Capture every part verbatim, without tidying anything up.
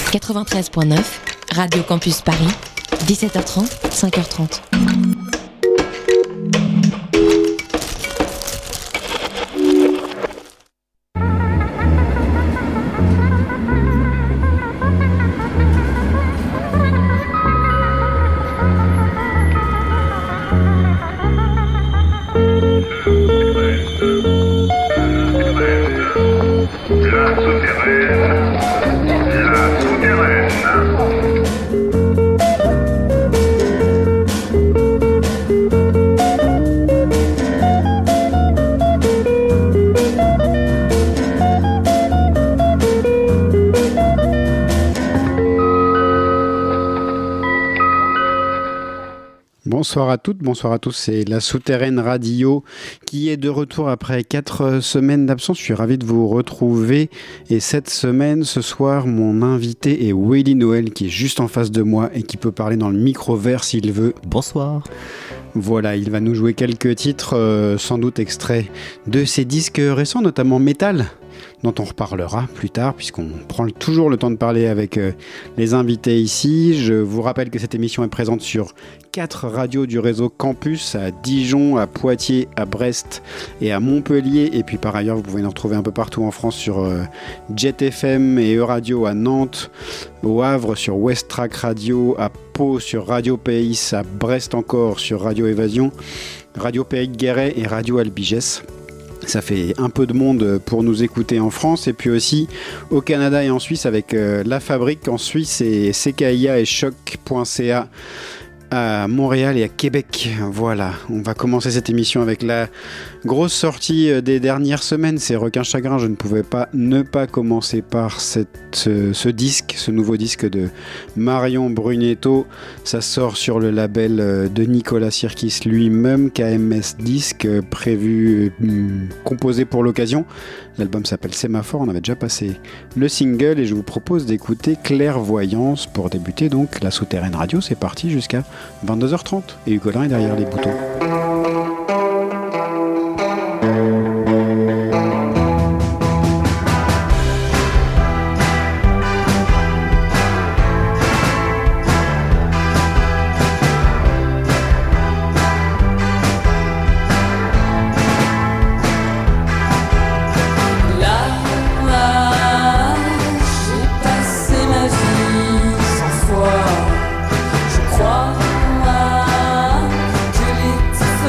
quatre-vingt-treize neuf, Radio Campus Paris, dix-sept heures trente, cinq heures trente. Bonsoir à toutes, bonsoir à tous, c'est la Souterraine Radio qui est de retour après quatre semaines d'absence. Je suis ravi de vous retrouver et cette semaine, ce soir, mon invité est Willy Noël qui est juste en face de moi et qui peut parler dans le micro vert s'il veut. Bonsoir. Voilà, il va nous jouer quelques titres, euh, sans doute extraits de ses disques récents, notamment Metal, dont on reparlera plus tard, puisqu'on prend toujours le temps de parler avec euh, les invités ici. Je vous rappelle que cette émission est présente sur quatre radios du réseau Campus, à Dijon, à Poitiers, à Brest et à Montpellier. Et puis par ailleurs, vous pouvez nous retrouver un peu partout en France sur euh, Jet F M et E-Radio à Nantes, au Havre sur West Track Radio, à Pau sur Radio Pays, à Brest encore sur Radio Évasion, Radio Pays de Guéret et Radio Albigès. Ça fait un peu de monde pour nous écouter en France et puis aussi au Canada et en Suisse avec euh, La Fabrique en Suisse et C K I A et choc point c a à Montréal et à Québec. Voilà, on va commencer cette émission avec la grosse sortie des dernières semaines, c'est Requin Chagrin. Je ne pouvais pas ne pas commencer par cette, ce, ce disque, ce nouveau disque de Marion Brunetto. Ça sort sur le label de Nicolas Sirkis lui-même, K M S Disque, prévu, hum, composé pour l'occasion. L'album s'appelle Sémaphore, on avait déjà passé le single et je vous propose d'écouter Clairvoyance pour débuter donc la Souterraine Radio. C'est parti jusqu'à vingt-deux heures trente et Hugo Lin est derrière les boutons. Je crois que les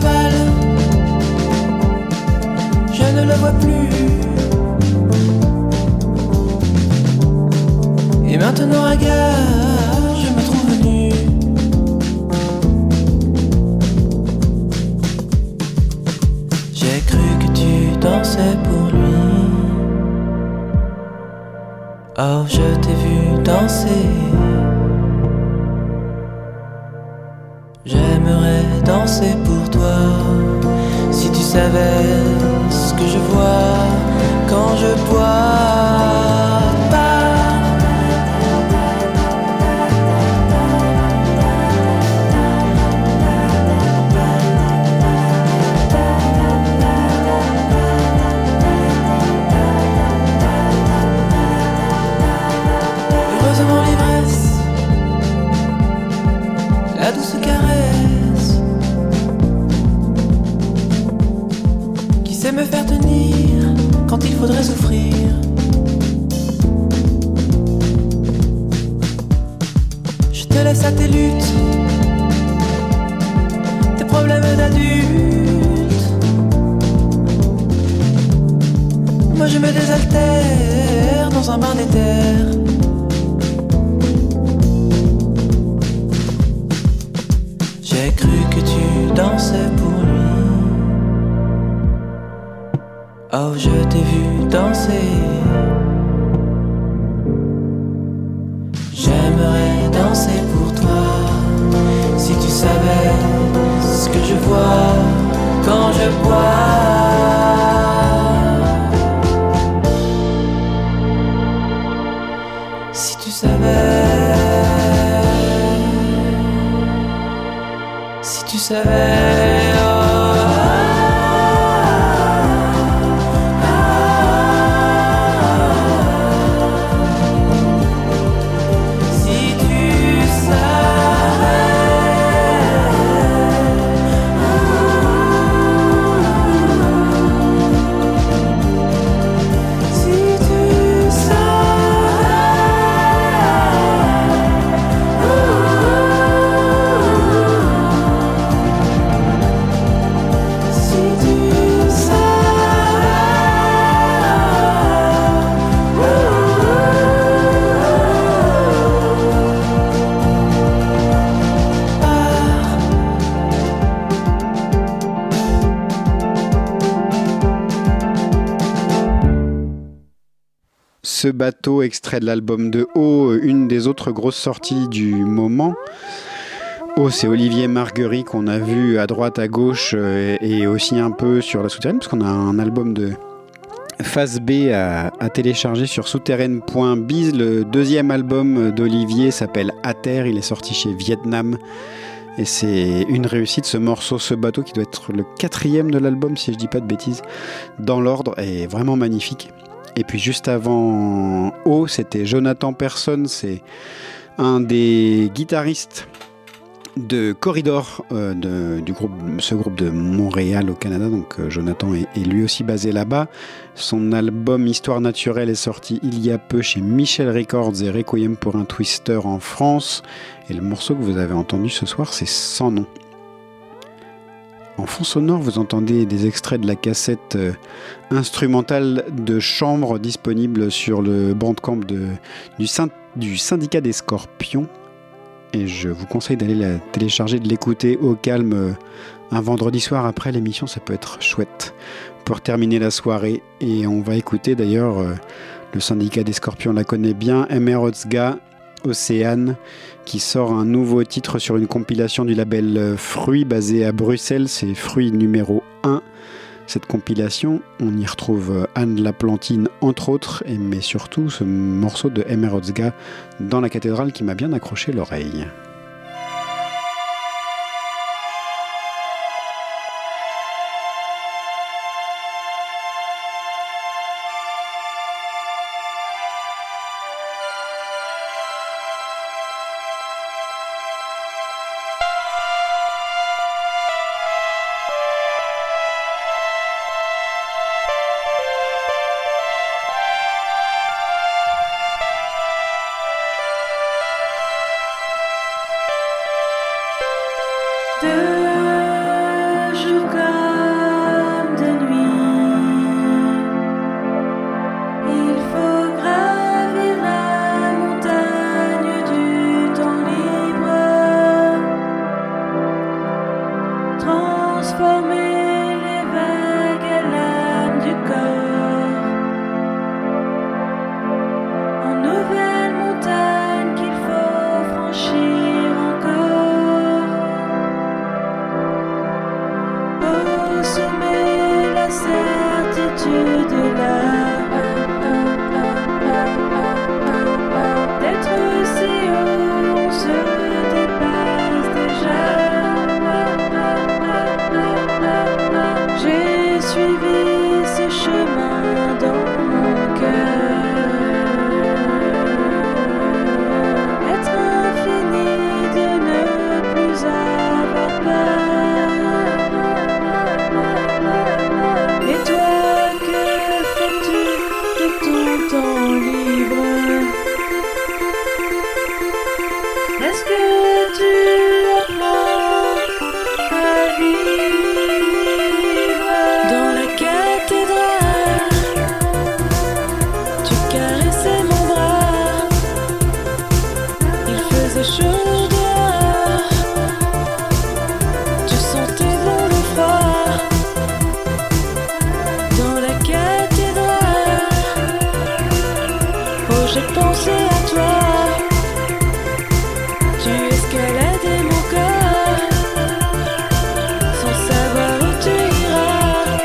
cheval, je ne le vois plus. Et maintenant à gare, je me trouve nu. J'ai cru que tu dansais pour lui. Oh, je t'ai vu danser. J'aimerais danser pour toi. Si tu savais ce que je vois quand je bois pas. Heureusement l'ivresse, la douce caresse qui sait me faire tenir quand il faudrait souffrir. Je te laisse à tes luttes, tes problèmes d'adulte. Moi je me désaltère dans un bain d'éther. J'ai cru que tu dansais pour lui. Oh, je t'ai vu danser. J'aimerais danser pour toi. Si tu savais ce que je vois quand je bois. Si tu savais. Si tu savais, oh, ah, ah, si tu savais, si tu savais. Ce bateau, extrait de l'album de O, une des autres grosses sorties du moment. O, c'est Olivier Marguerite qu'on a vu à droite, à gauche et aussi un peu sur la souterraine, parce qu'on a un album de Phase B à, à télécharger sur souterraine point biz. Le deuxième album d'Olivier s'appelle À Terre, il est sorti chez Vietnam. Et c'est une réussite, ce morceau, ce bateau, qui doit être le quatrième de l'album, si je dis pas de bêtises, dans l'ordre, est vraiment magnifique. Et puis juste avant O, c'était Jonathan Persson, c'est un des guitaristes de Corridor, euh, de, du groupe, ce groupe de Montréal au Canada. Donc euh, Jonathan est, est lui aussi basé là-bas. Son album Histoire naturelle est sorti il y a peu chez Michel Records et Requiem pour un Twister en France. Et le morceau que vous avez entendu ce soir, c'est Sans nom. En fond sonore, vous entendez des extraits de la cassette euh, instrumentale de chambre disponible sur le bandcamp de, du, syn- du syndicat des Scorpions. Et je vous conseille d'aller la télécharger, de l'écouter au calme euh, un vendredi soir après l'émission. Ça peut être chouette pour terminer la soirée. Et on va écouter d'ailleurs, euh, le syndicat des Scorpions la connaît bien, Emerotsga, Océane, qui sort un nouveau titre sur une compilation du label Fruits basé à Bruxelles. C'est Fruits numéro un. Cette compilation, on y retrouve Anne Laplantine entre autres, et, mais surtout ce morceau de Emerotsga dans la cathédrale qui m'a bien accroché l'oreille. suivi ce chemin dans mon cœur. Être infini de ne plus avoir peur. Et toi, que fais-tu de ton temps libre? Est-ce que tu apprends à vivre? Dans la cathédrale, tu caressais mon bras. Il faisait chaud dehors. Tu sentais bon le froid. Dans la cathédrale, oh j'ai pensé à toi. Tu escaladais mon corps sans savoir où tu iras.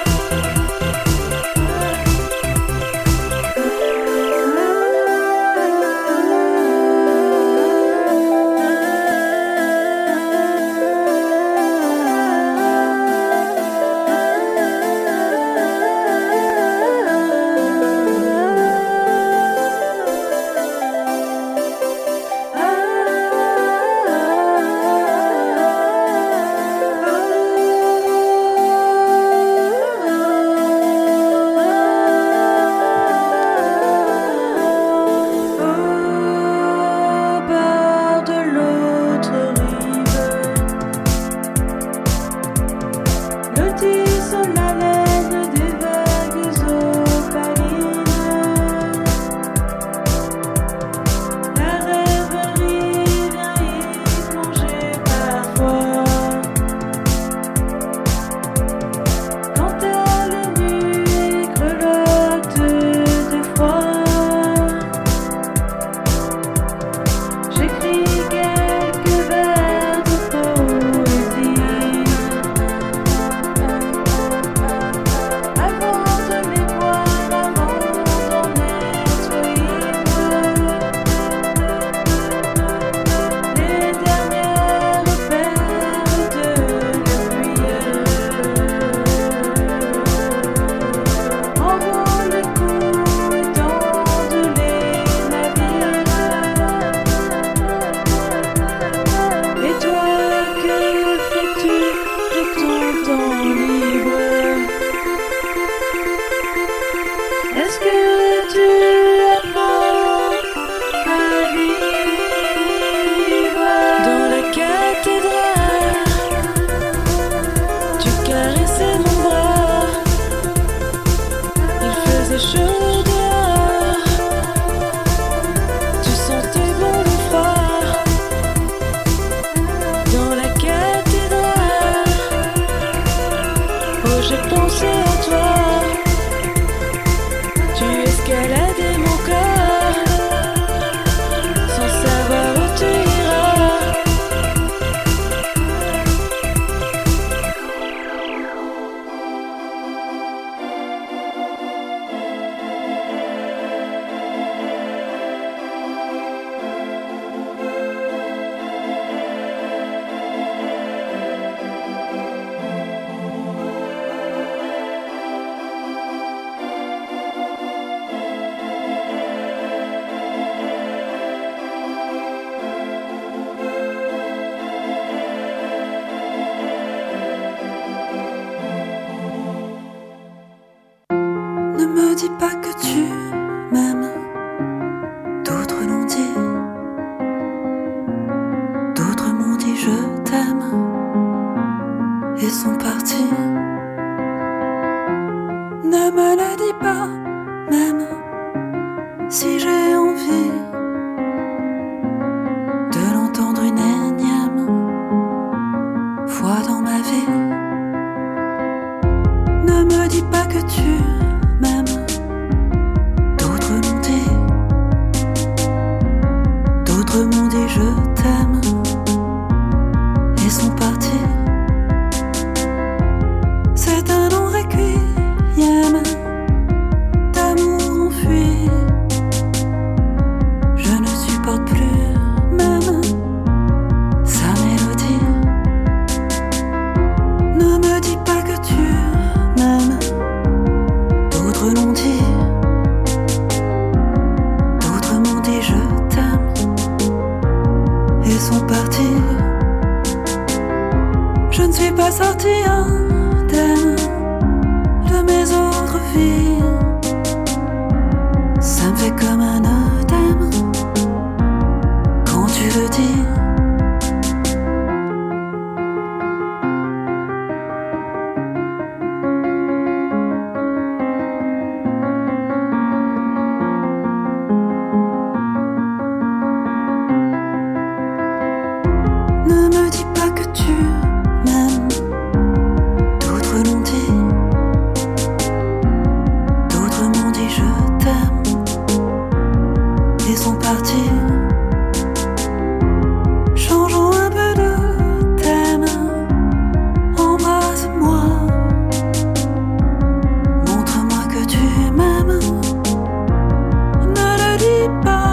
Ne me dis pas que tu m'aimes. vie. Ça me fait comme un œdème quand tu le dis. Ne me dis pas que tu m'aimes. D'autres l'ont dit, d'autres m'ont dit je t'aime et sont partis. Changeons un peu de thème. Embrasse-moi, montre-moi que tu m'aimes. Ne le dis pas.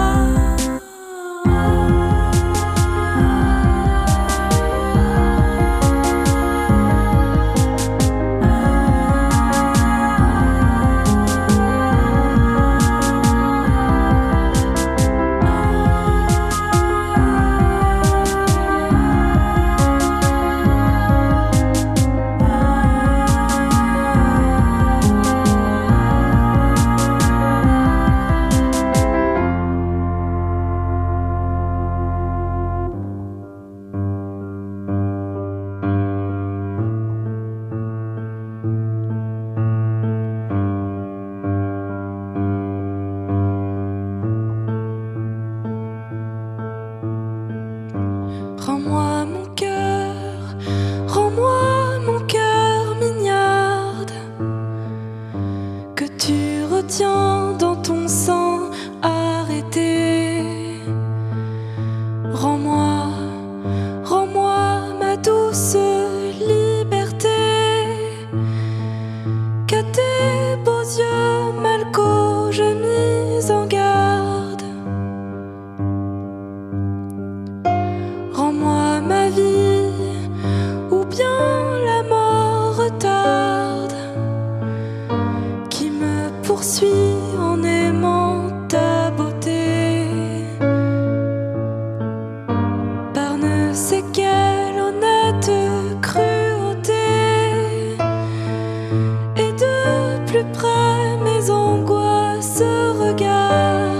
Rends-moi mon cœur, rends-moi mon cœur mignarde, que tu retiens dans ton sang arrêté. Rends-moi, rends-moi ma douce liberté, qu'à tes beaux yeux malco je mis en garde. Rends-moi ma vie, ou bien la mort retarde, qui me poursuit en aimant ta beauté. Par ne sais quelle honnête cruauté, et de plus près mes angoisses regardent.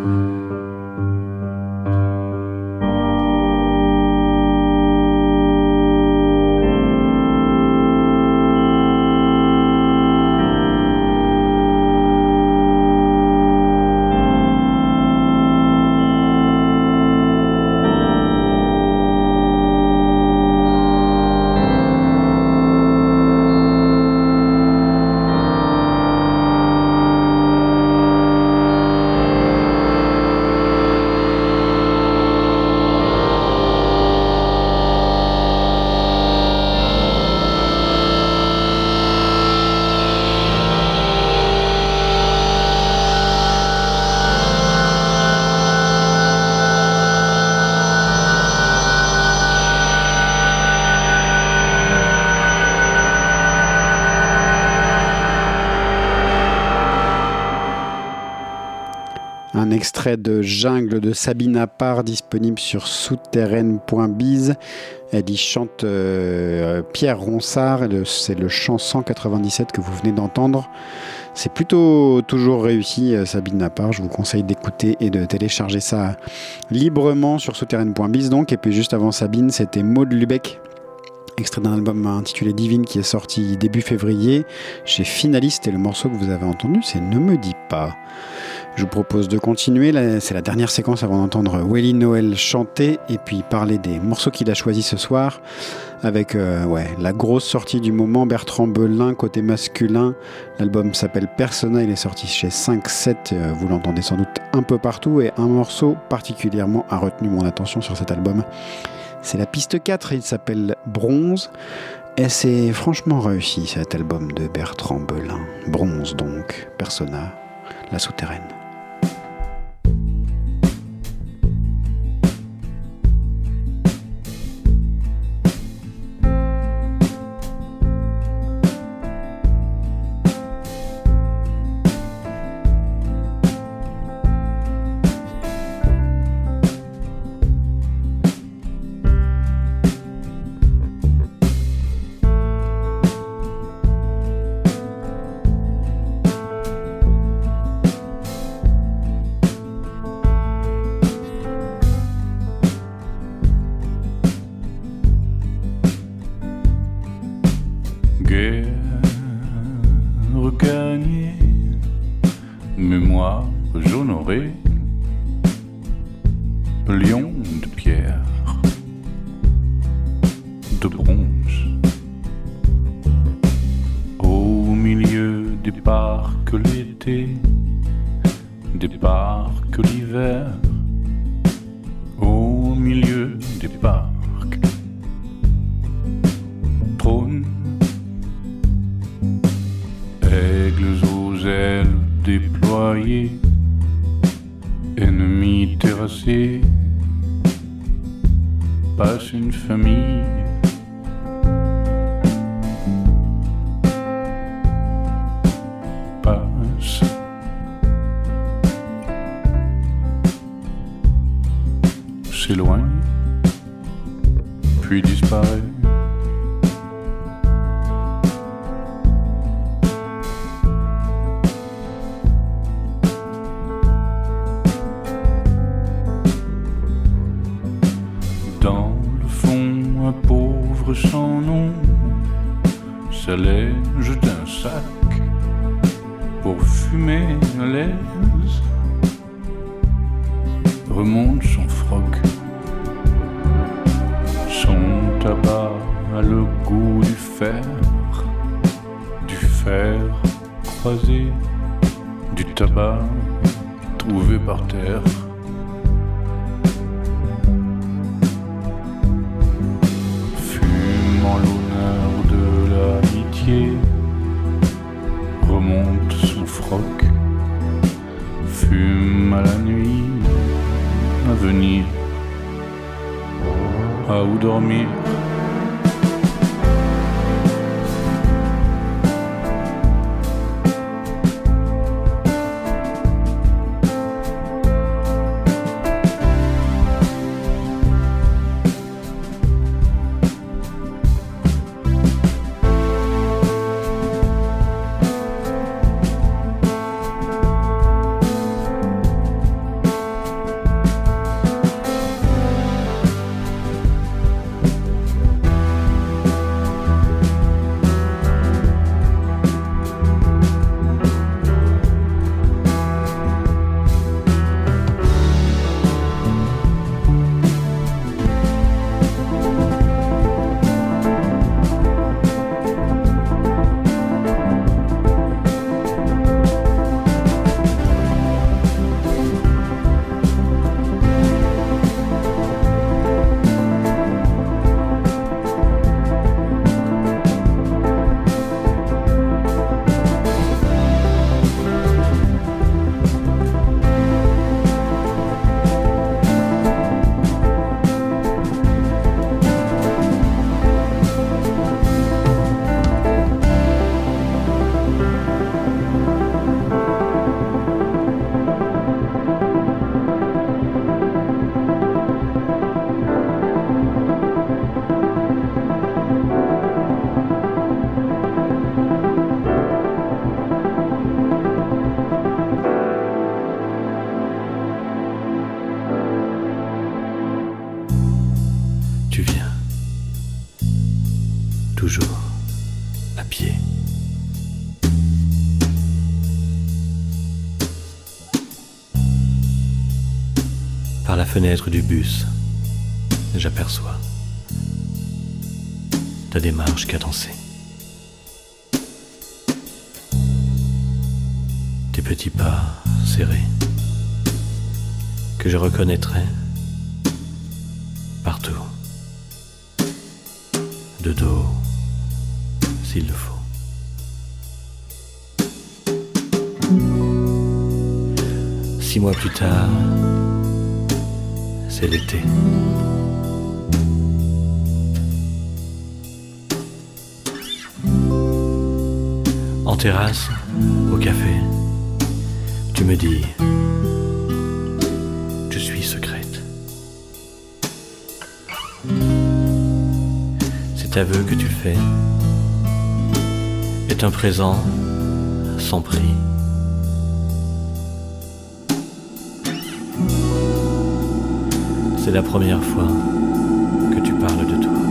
Un extrait de Jungle de Sabine Appart disponible sur souterraine point biz. Elle y chante euh, Pierre Ronsard. Le, c'est le chant cent quatre-vingt-dix-sept que vous venez d'entendre. C'est plutôt toujours réussi, Sabine Appart. Je vous conseille d'écouter et de télécharger ça librement sur souterraine point biz. Donc. Et puis juste avant Sabine, c'était Maud Lubeck, extrait d'un album intitulé Divine qui est sorti début février chez Finaliste. Et le morceau que vous avez entendu, c'est Ne me dis pas. Je vous propose de continuer, c'est la dernière séquence avant d'entendre Willy Noël chanter et puis parler des morceaux qu'il a choisis ce soir avec euh, ouais, la grosse sortie du moment, Bertrand Belin côté masculin. L'album s'appelle Persona, il est sorti chez cinq sept, euh, vous l'entendez sans doute un peu partout, et un morceau particulièrement a retenu mon attention sur cet album. C'est la piste quatre, il s'appelle Bronze. Et c'est franchement réussi cet album de Bertrand Belin. Bronze donc, Persona, La Souterraine. Thank regagner. Mémoire honorée, lion de pierre, de bronze, au milieu des parcs l'été, des parcs l'hiver, au milieu des parcs, trône, aigles aux ailes déployés, ennemis terrassés, passe une famille. Passe. S'éloigne, puis disparaît. Dans le fond, un pauvre sans nom s'allège d'un sac pour fumer à l'aise, remonte son froc. Son tabac a le goût du fer, du fer croisé, du tabac trouvé par terre. Fumant l'honneur de l'amitié, remonte son froc, fume à la nuit, à venir, à où dormir. Toujours à pied. Par la fenêtre du bus, j'aperçois ta démarche cadencée, tes petits pas serrés que je reconnaîtrai partout, de dos s'il le faut. Six mois plus tard, c'est l'été. En terrasse, au café, tu me dis, je suis secrète. Cet aveu que tu fais est un présent sans prix. C'est la première fois que tu parles de toi.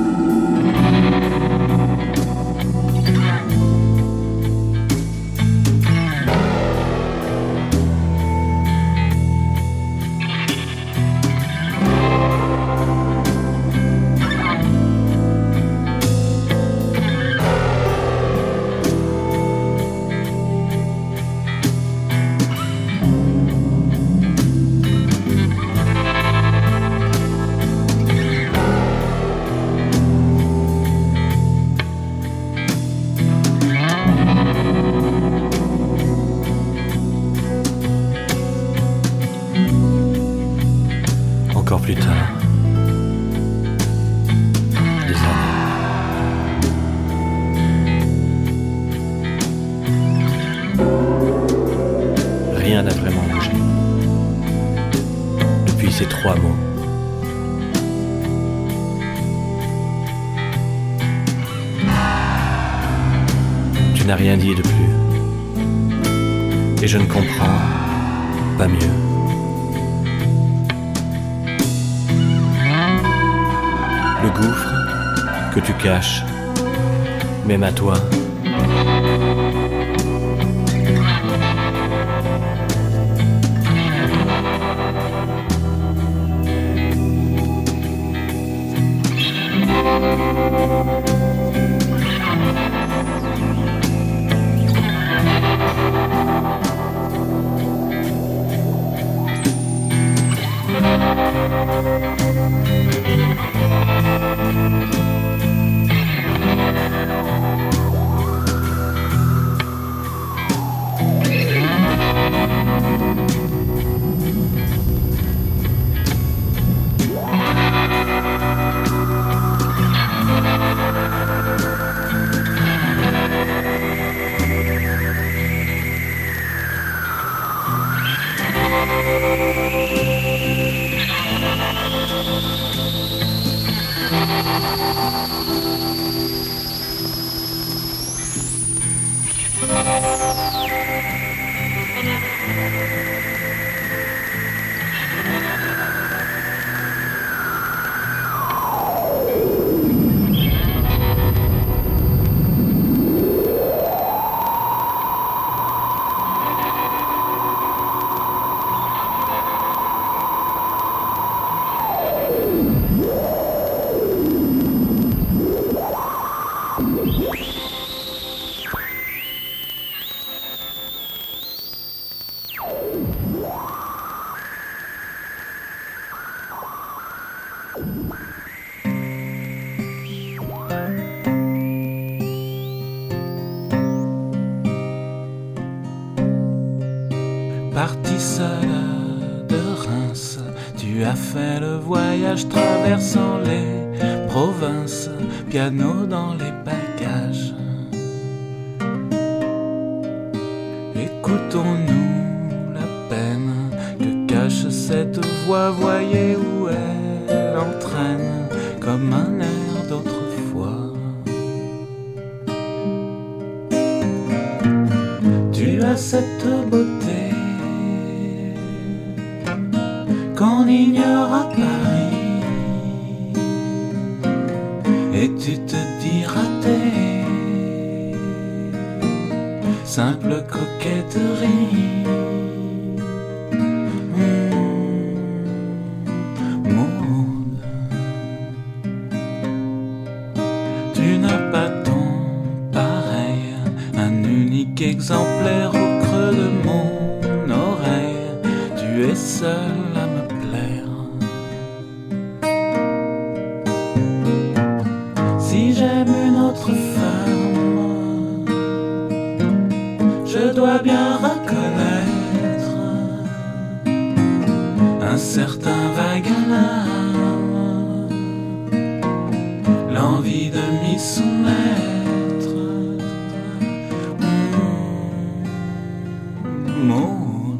plus tard, des années. Rien n'a vraiment bougé. Depuis ces trois mots. Tu n'as rien dit de plus. Et je ne comprends pas mieux. Le gouffre que tu caches, même à toi. Parti seul de Reims, tu as fait le voyage traversant les provinces, piano dans les bagages. Écoutons-nous la peine que cache cette voix, voyez où elle entraîne comme un air d'autrefois. Tu as cette beauté qu'on ignore à Paris, et tu te dis raté, simple coquetterie. Mmh, Maud, tu n'as pas ton pareil, un unique exemplaire au creux de mon oreille. Tu es seul à me plaire. Si j'aime une autre femme, je dois bien reconnaître un certain vague alarme, l'envie de m'y soumettre. Mmh, Maud.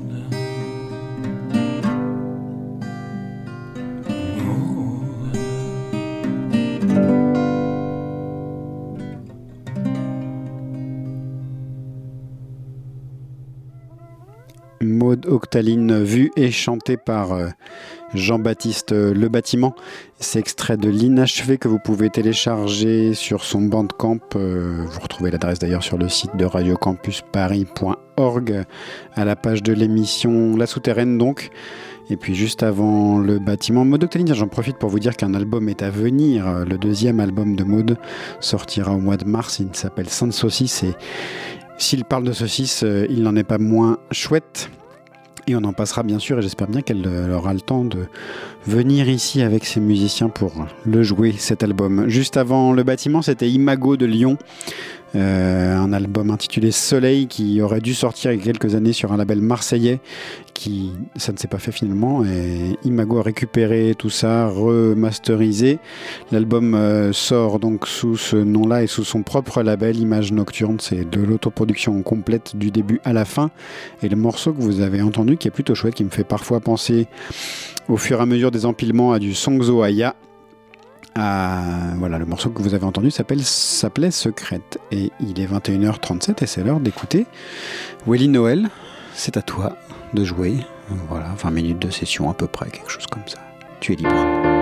Maud Octaline, vue et chantée par euh, Jean-Baptiste euh, Le Bâtiment. C'est extrait de l'Inachevé que vous pouvez télécharger sur son Bandcamp. Euh, vous retrouvez l'adresse d'ailleurs sur le site de radio campus paris point org à la page de l'émission La Souterraine donc. Et puis juste avant Le Bâtiment, Maud Octaline, j'en profite pour vous dire qu'un album est à venir. Le deuxième album de Maud sortira au mois de mars. Il s'appelle Sainte Saucisse et s'il parle de saucisse, euh, il n'en est pas moins chouette. Et on en passera bien sûr, et j'espère bien qu'elle euh, aura le temps de venir ici avec ses musiciens pour le jouer, cet album. Juste avant Le Bâtiment, c'était Imago de Lyon, Euh, un album intitulé Soleil qui aurait dû sortir il y a quelques années sur un label marseillais qui, ça ne s'est pas fait finalement, et Imago a récupéré tout ça, remasterisé. L'album euh, sort donc sous ce nom-là et sous son propre label Image Nocturne. C'est de l'autoproduction complète du début à la fin, et le morceau que vous avez entendu qui est plutôt chouette, qui me fait parfois penser au fur et à mesure des empilements à du Songzo Aya. Ah, voilà, le morceau que vous avez entendu s'appelle, s'appelait Secrète, et il est vingt et une heures trente-sept et c'est l'heure d'écouter Willy Noël. C'est à toi de jouer, voilà, vingt minutes de session à peu près, quelque chose comme ça. Tu es libre.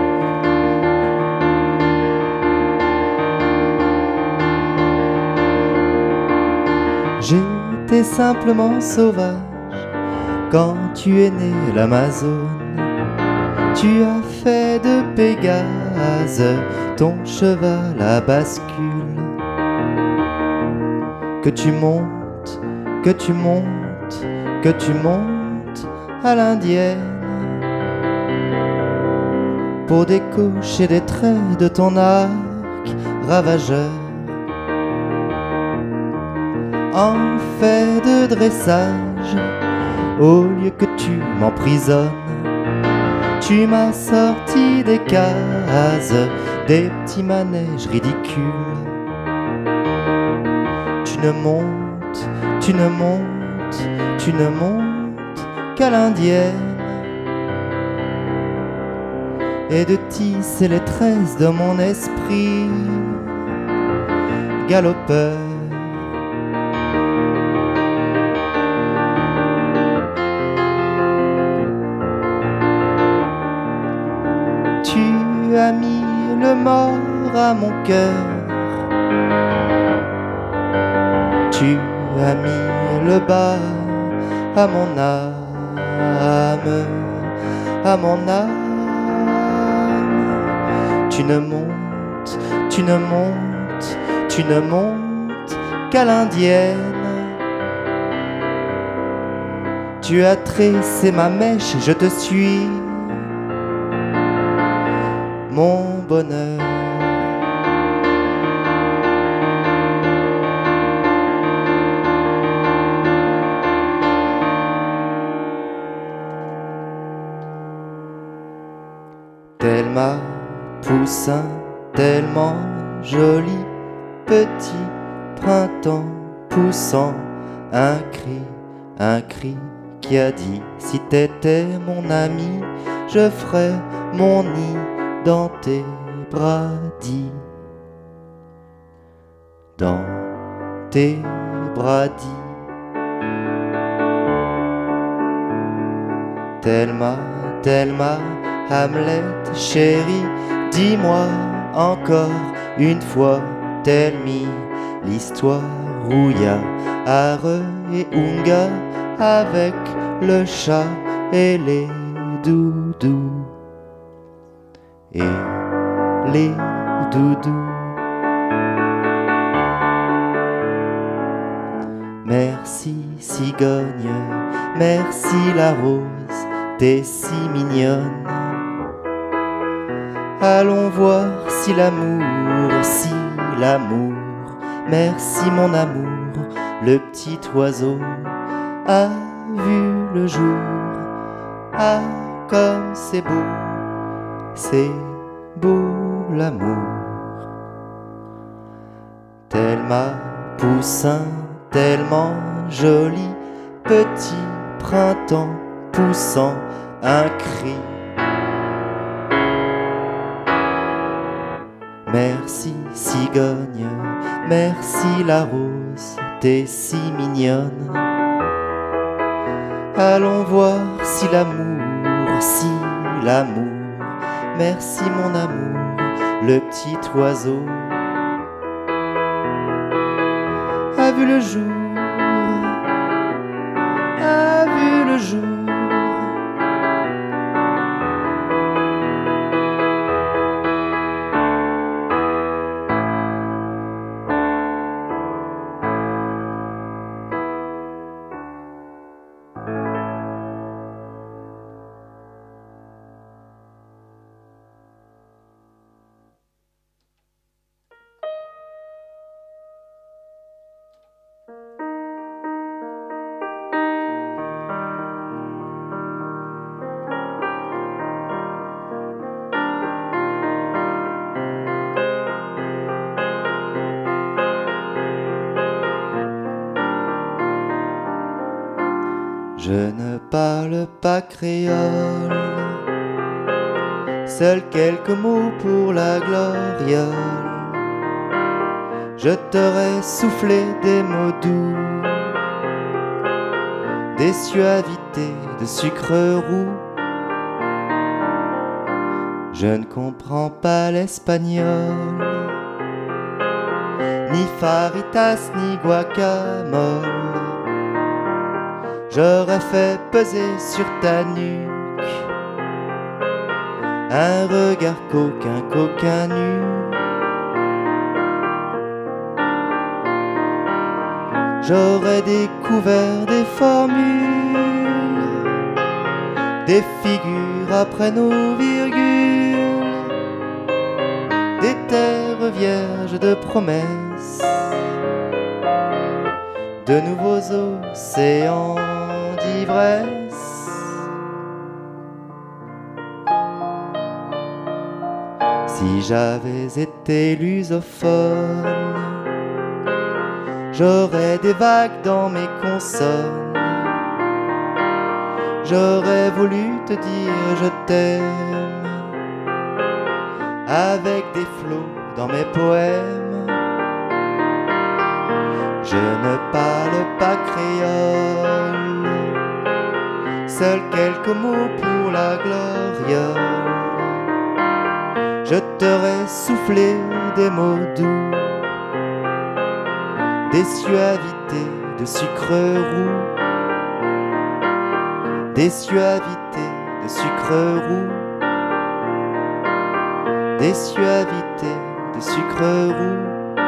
J'étais simplement sauvage quand tu es né l'Amazone. Tu as fait de Pégase ton cheval à bascule. Que tu montes, que tu montes, que tu montes à l'indienne pour décocher des traits de ton arc ravageur. En fait de dressage, au lieu que tu m'emprisonnes, tu m'as sorti des cases, des petits manèges ridicules. Tu ne montes, tu ne montes, tu ne montes qu'à l'indienne, et de tisser les tresses de mon esprit galopeur. Tu as mis le mort à mon cœur. Tu as mis le bas à mon âme, à mon âme. Tu ne montes, tu ne montes, tu ne montes qu'à l'indienne. Tu as tressé ma mèche, je te suis. Mon bonheur. Thelma, poussin, tellement joli, petit printemps poussant un cri, un cri qui a dit: si t'étais mon ami, je ferais mon nid dans tes bras dits, dans tes bras dits. Thelma, Thelma, Hamlet, chérie, dis-moi encore une fois, tell me l'histoire où y a Are et Unga avec le chat et les doudous. Et les doudous. Merci cigogne, merci la rose, t'es si mignonne. Allons voir si l'amour, si l'amour, merci mon amour, le petit oiseau a vu le jour. Ah, comme c'est beau, c'est beau l'amour. Thelma, poussin, tellement joli, petit printemps poussant un cri. Merci cigogne, merci la rose, t'es si mignonne. Allons voir si l'amour, si l'amour, merci mon amour, le petit oiseau a vu le jour, a vu le jour. Je ne parle pas créole, seuls quelques mots pour la gloriole. Je t'aurais soufflé des mots doux, des suavités de sucre roux. Je ne comprends pas l'espagnol, ni faritas ni guacamole. J'aurais fait peser sur ta nuque un regard coquin, coquin nu. J'aurais découvert des formules, des figures après nos virgules, des terres vierges de promesses, de nouveaux océans d'ivresse. Si j'avais été lusophone, j'aurais des vagues dans mes consonnes. J'aurais voulu te dire je t'aime avec des flots dans mes poèmes. Je ne parle pas créole, seuls quelques mots pour la gloriole. Je t'aurais soufflé des mots doux, des suavités de sucre roux, des suavités de sucre roux, des suavités de sucre roux.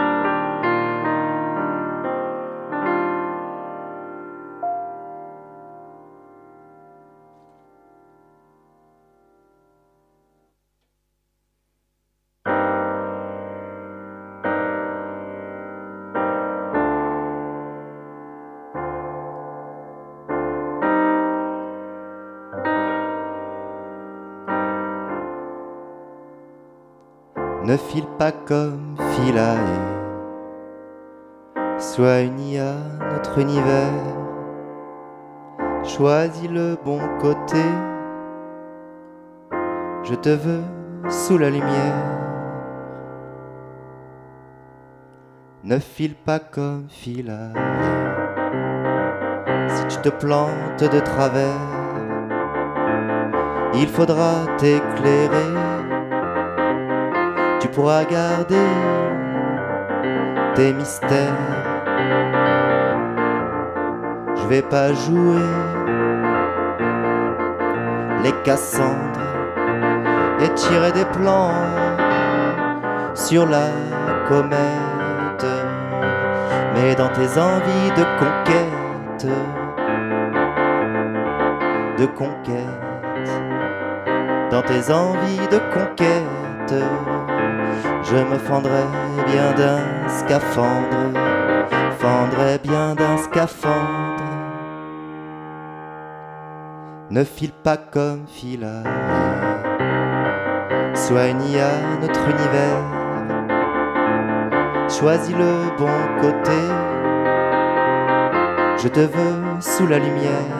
Ne file pas comme Philae, sois unie à notre univers. Choisis le bon côté, je te veux sous la lumière. Ne file pas comme Philae, si tu te plantes de travers, il faudra t'éclairer. Tu pourras garder tes mystères. Je vais pas jouer les Cassandres et tirer des plans sur la comète. Mais dans tes envies de conquête, de conquête, dans tes envies de conquête, je me fendrais bien d'un scaphandre, fendrais bien d'un scaphandre. Ne file pas comme Philae, sois unie à notre univers. Choisis le bon côté, je te veux sous la lumière.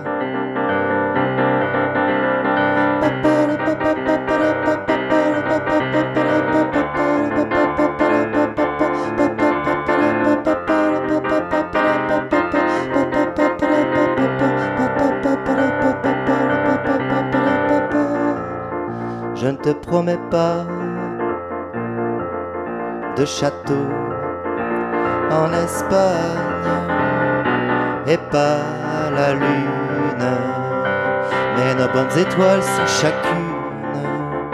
Je ne te promets pas de château en Espagne et pas la lune, mais nos bonnes étoiles sont chacune,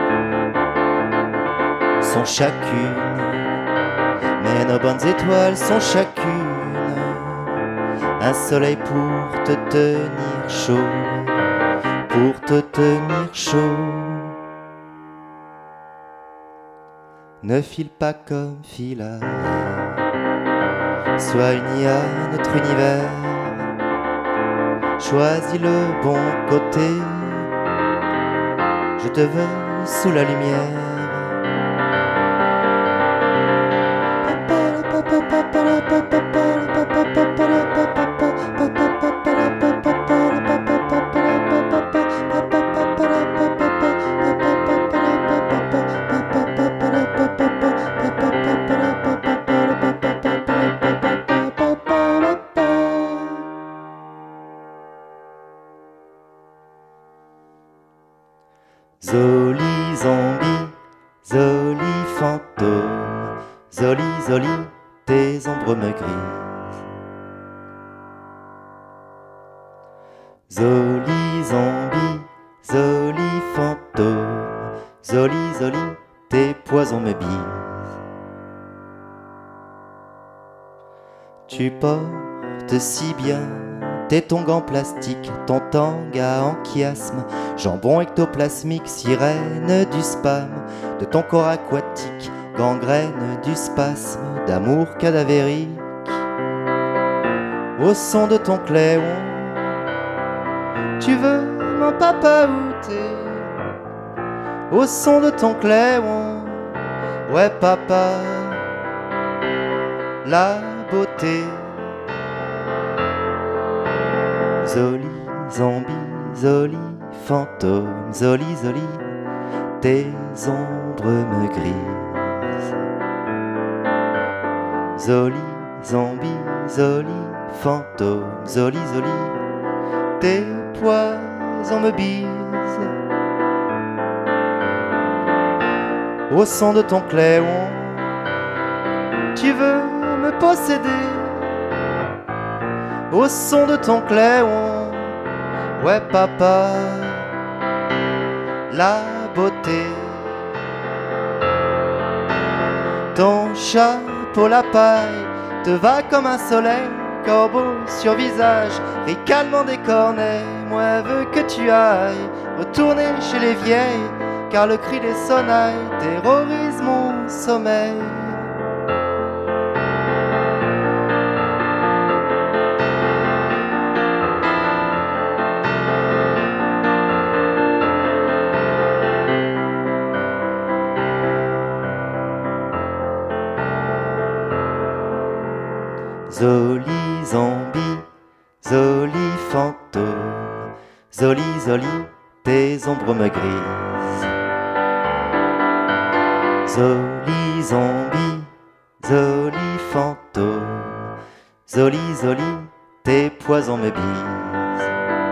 sont chacune, mais nos bonnes étoiles sont chacune un soleil pour te tenir chaud, pour te tenir chaud. Ne file pas comme Philae, sois unie à notre univers. Choisis le bon côté, je te veux sous la lumière. Zoli zombie, zoli fantôme, zoli zoli, tes ombres me grisent. Zoli zombie, zoli fantôme, zoli zoli, tes poisons me bisent. Tu portes si bien tes tongs en plastique, ton tanga en chiasme, jambon ectoplasmique, sirène du spam, de ton corps aquatique, gangrène du spasme, d'amour cadavérique. Au son de ton cléon, tu veux mon papa outé. Au son de ton cléon, ouais papa, la beauté. Zoli, zombie, zoli, fantôme, zoli, zoli, tes ombres me grisent. Zoli, zombie, zoli, fantôme, zoli, zoli, tes poisons me bisent. Au son de ton cléon, tu veux me posséder. Au son de ton cléon, ouais papa, la beauté. Ton chapeau la paille te va comme un soleil, corbeau sur visage, ricalement des cornets. Moi veux que tu ailles retourner chez les vieilles, car le cri des sonnailles terrorise mon sommeil. Zoli zombie, zoli fantôme, zoli zoli, tes ombres me grisent. Zoli zombie, zoli fantôme, zoli zoli, tes poisons me bisent.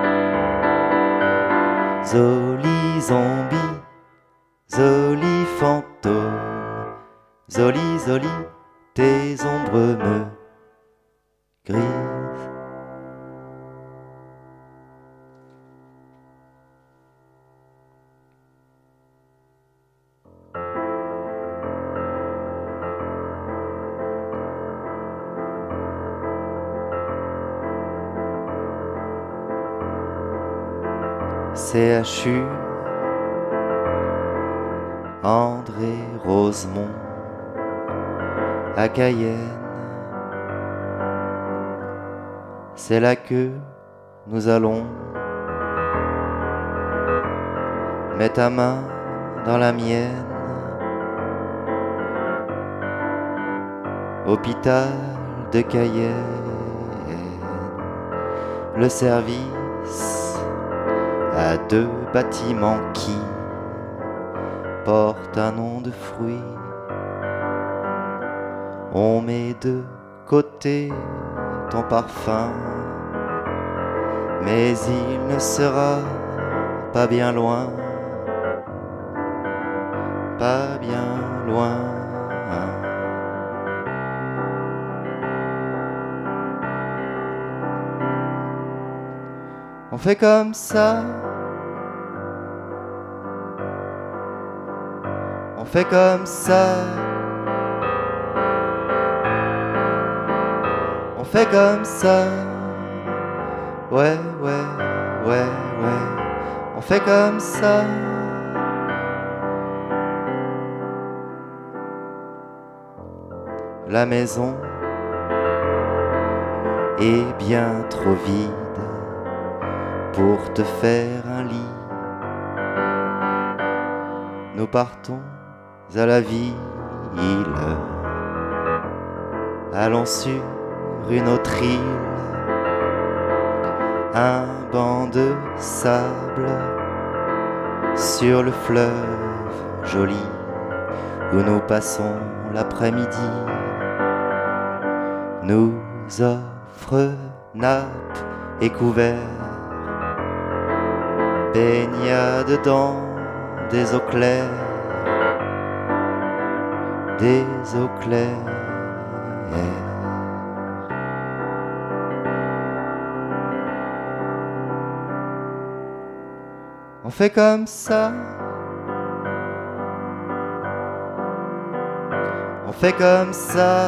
Zoli zombie, zoli fantôme, zoli zoli, tes ombres me grise. C H U, André Rosemont, à Cayenne. C'est là que nous allons. Mets ta main dans la mienne. Hôpital de Cayenne. Le service à deux bâtiments qui portent un nom de fruit. On met de côté ton parfum, mais il ne sera pas bien loin, pas bien loin. On fait comme ça, on fait comme ça. On fait comme ça, ouais, ouais, ouais, ouais, on fait comme ça. La maison est bien trop vide pour te faire un lit. Nous partons à la ville, allons sur une autre île, un banc de sable sur le fleuve joli où nous passons l'après-midi. Nous offre nappe et couvert, baignade dans des eaux claires, des eaux claires. On fait comme ça, on fait comme ça,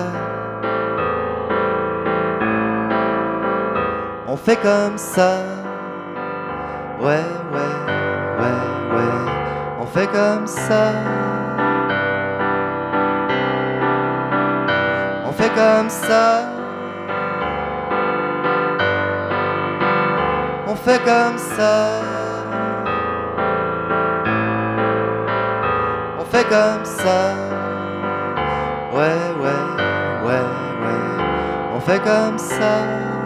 on fait comme ça, ouais, ouais, ouais, ouais, on fait comme ça, on fait comme ça, on fait comme ça. On fait comme ça, ouais, ouais, ouais, ouais, on fait comme ça.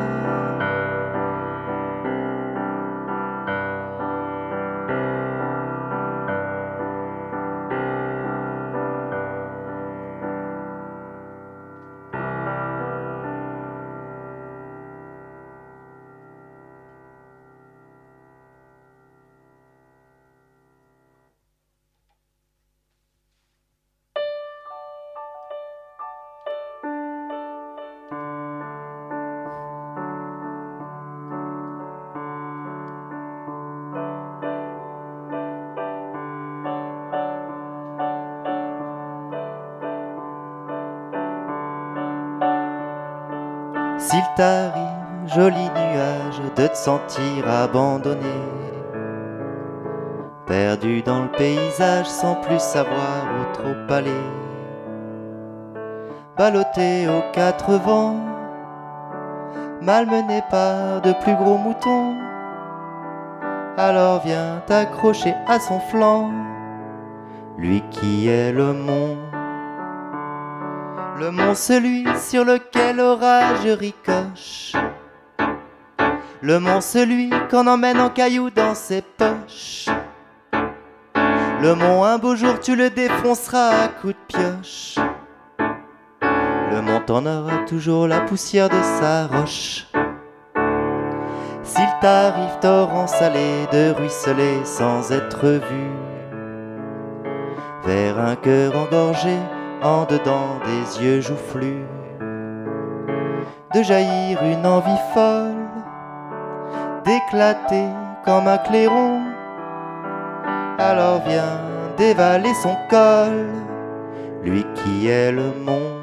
S'il t'arrive, joli nuage, de te sentir abandonné, perdu dans le paysage sans plus savoir où trop aller, ballotté aux quatre vents, malmené par de plus gros moutons, alors viens t'accrocher à son flanc, lui qui est le mont. Le mont, celui sur lequel l'orage ricoche. Le mont, celui qu'on emmène en cailloux dans ses poches. Le mont, un beau jour tu le défonceras à coups de pioche. Le mont en aura toujours la poussière de sa roche. S'il t'arrive torrent salé de ruisseler sans être vu, vers un cœur engorgé, en dedans des yeux joufflus, de jaillir une envie folle, d'éclater comme un clairon, alors viens dévaler son col, lui qui est le mont.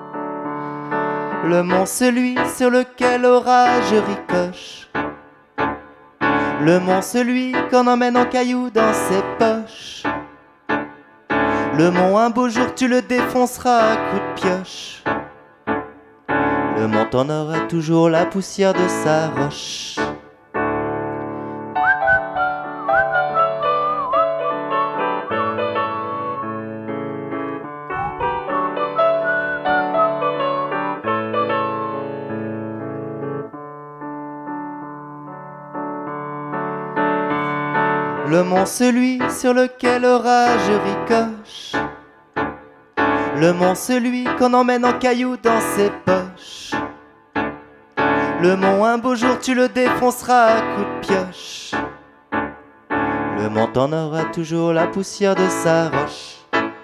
Le mont, celui sur lequel l'orage ricoche. Le mont, celui qu'on emmène en cailloux dans ses poches. Le mont, un beau jour tu le défonceras à coups de pioche. Le mont en aura toujours la poussière de sa roche. Le mont, celui sur lequel l'orage ricoche. Le mont, celui qu'on emmène en cailloux dans ses poches. Le mont, un beau jour tu le défonceras à coups de pioche. Le mont en aura toujours la poussière de sa roche.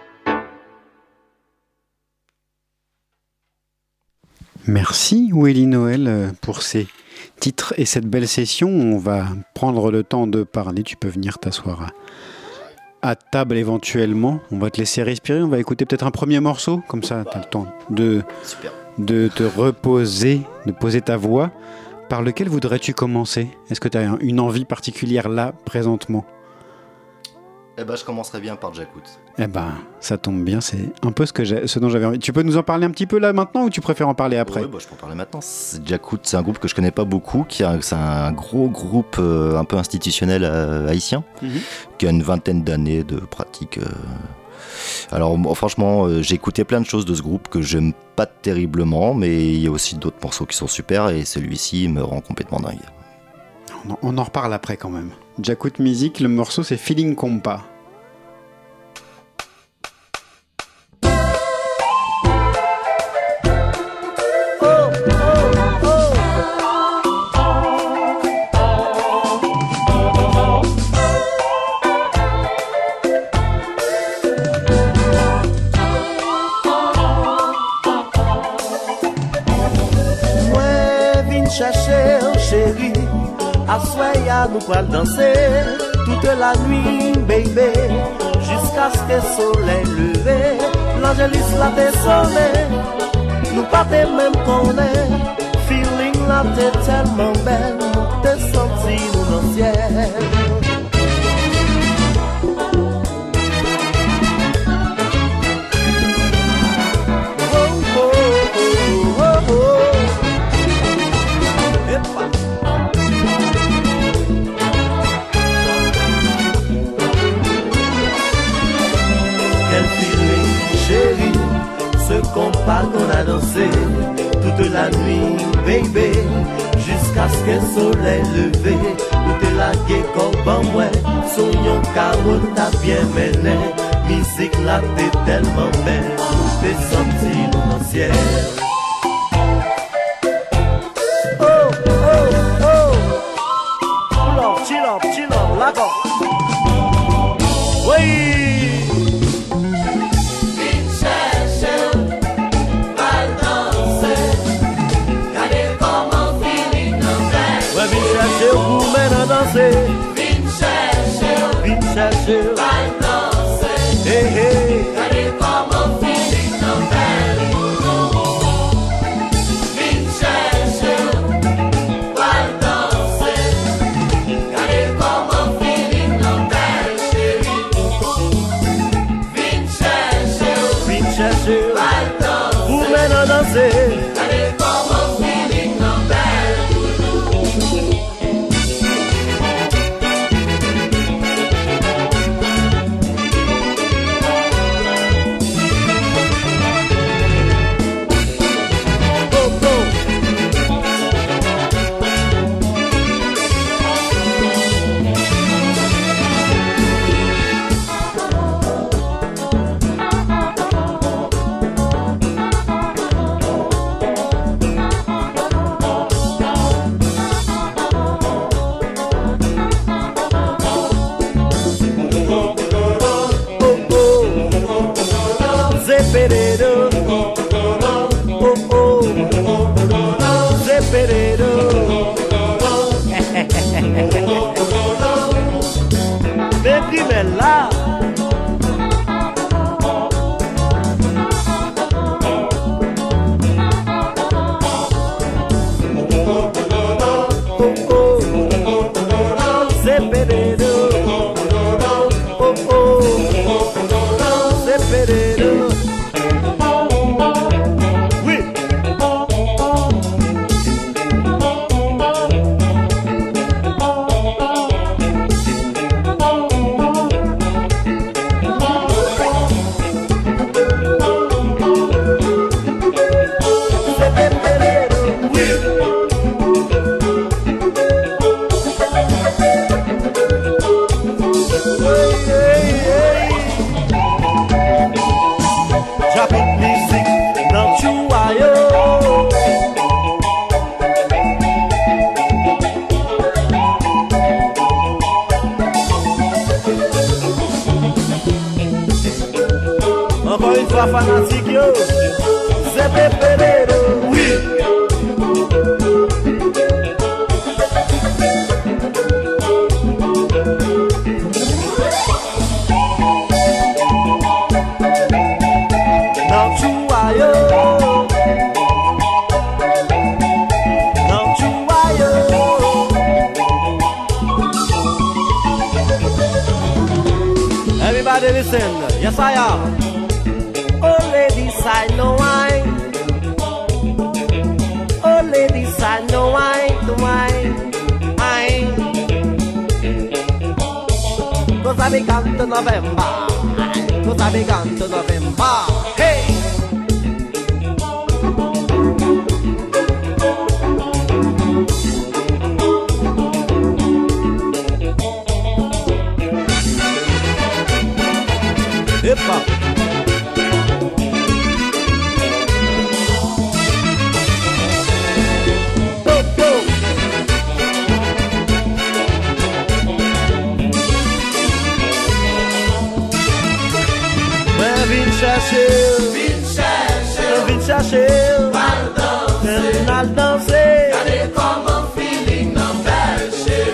Merci Willy Noël pour ces titres et cette belle session. On va prendre le temps de parler. Tu peux venir t'asseoir à, à table éventuellement. On va te laisser respirer. On va écouter peut-être un premier morceau. Comme ça, tu as le temps de, de te reposer, de poser ta voix. Par lequel voudrais-tu commencer ? Est-ce que tu as une envie particulière là, présentement ? Eh ben, je commencerai bien par Jakut. Eh ben, ça tombe bien, c'est un peu ce, que j'ai, ce dont j'avais envie. Tu peux nous en parler un petit peu là maintenant ou tu préfères en parler après ? Oui, bah, je peux en parler maintenant. C'est Jakut, c'est un groupe que je connais pas beaucoup, qui a, c'est un gros groupe euh, un peu institutionnel euh, haïtien, mm-hmm. qui a une vingtaine d'années de pratique. Euh... Alors bon, franchement, euh, j'ai écouté plein de choses de ce groupe que j'aime pas terriblement, mais il y a aussi d'autres morceaux qui sont super et celui-ci me rend complètement dingue. On en, on en reparle après quand même. Jakut Music, le morceau c'est Feeling Compa. Assoya nous pral danser toute la nuit, baby, jusqu'à ce que le soleil levé. L'Angélus la descendé, nous pas de même qu'on est. Feeling là t'es tellement belle, nous t'es senti nous dans le ciel. Ce compas qu'on a dansé toute la nuit, baby, jusqu'à ce que le soleil levé. Tout est lagué comme en moi, soignons carotte t'a bien mené. Musique là t'es tellement belle, t'es senti dans le ciel. Oh, oh, oh, pull up, chill up, chill up, là go. Oui. Vous mène à danser, vin chercher, vin chercher, va danser, hey hey, regardez comment feeling non belle, vin chercher, va danser, regardez comment feeling non belle, chérie, vin chercher, vin chercher, va danser, vous mène à danser, regardez comment feeling non belle. Fanatique yo, Zébé Pereiro, oui. Não chuayo, não chuayo. Everybody listen, yes I am. Oh ladies, I know wine. Oh ladies, I know wine, the wine, wine. Cause I began to November, cause I began to November. Hey! Hip hop. Vin chercher, vin chercher, mal danser, mal danser. Regardez comment feeling non belle chérie.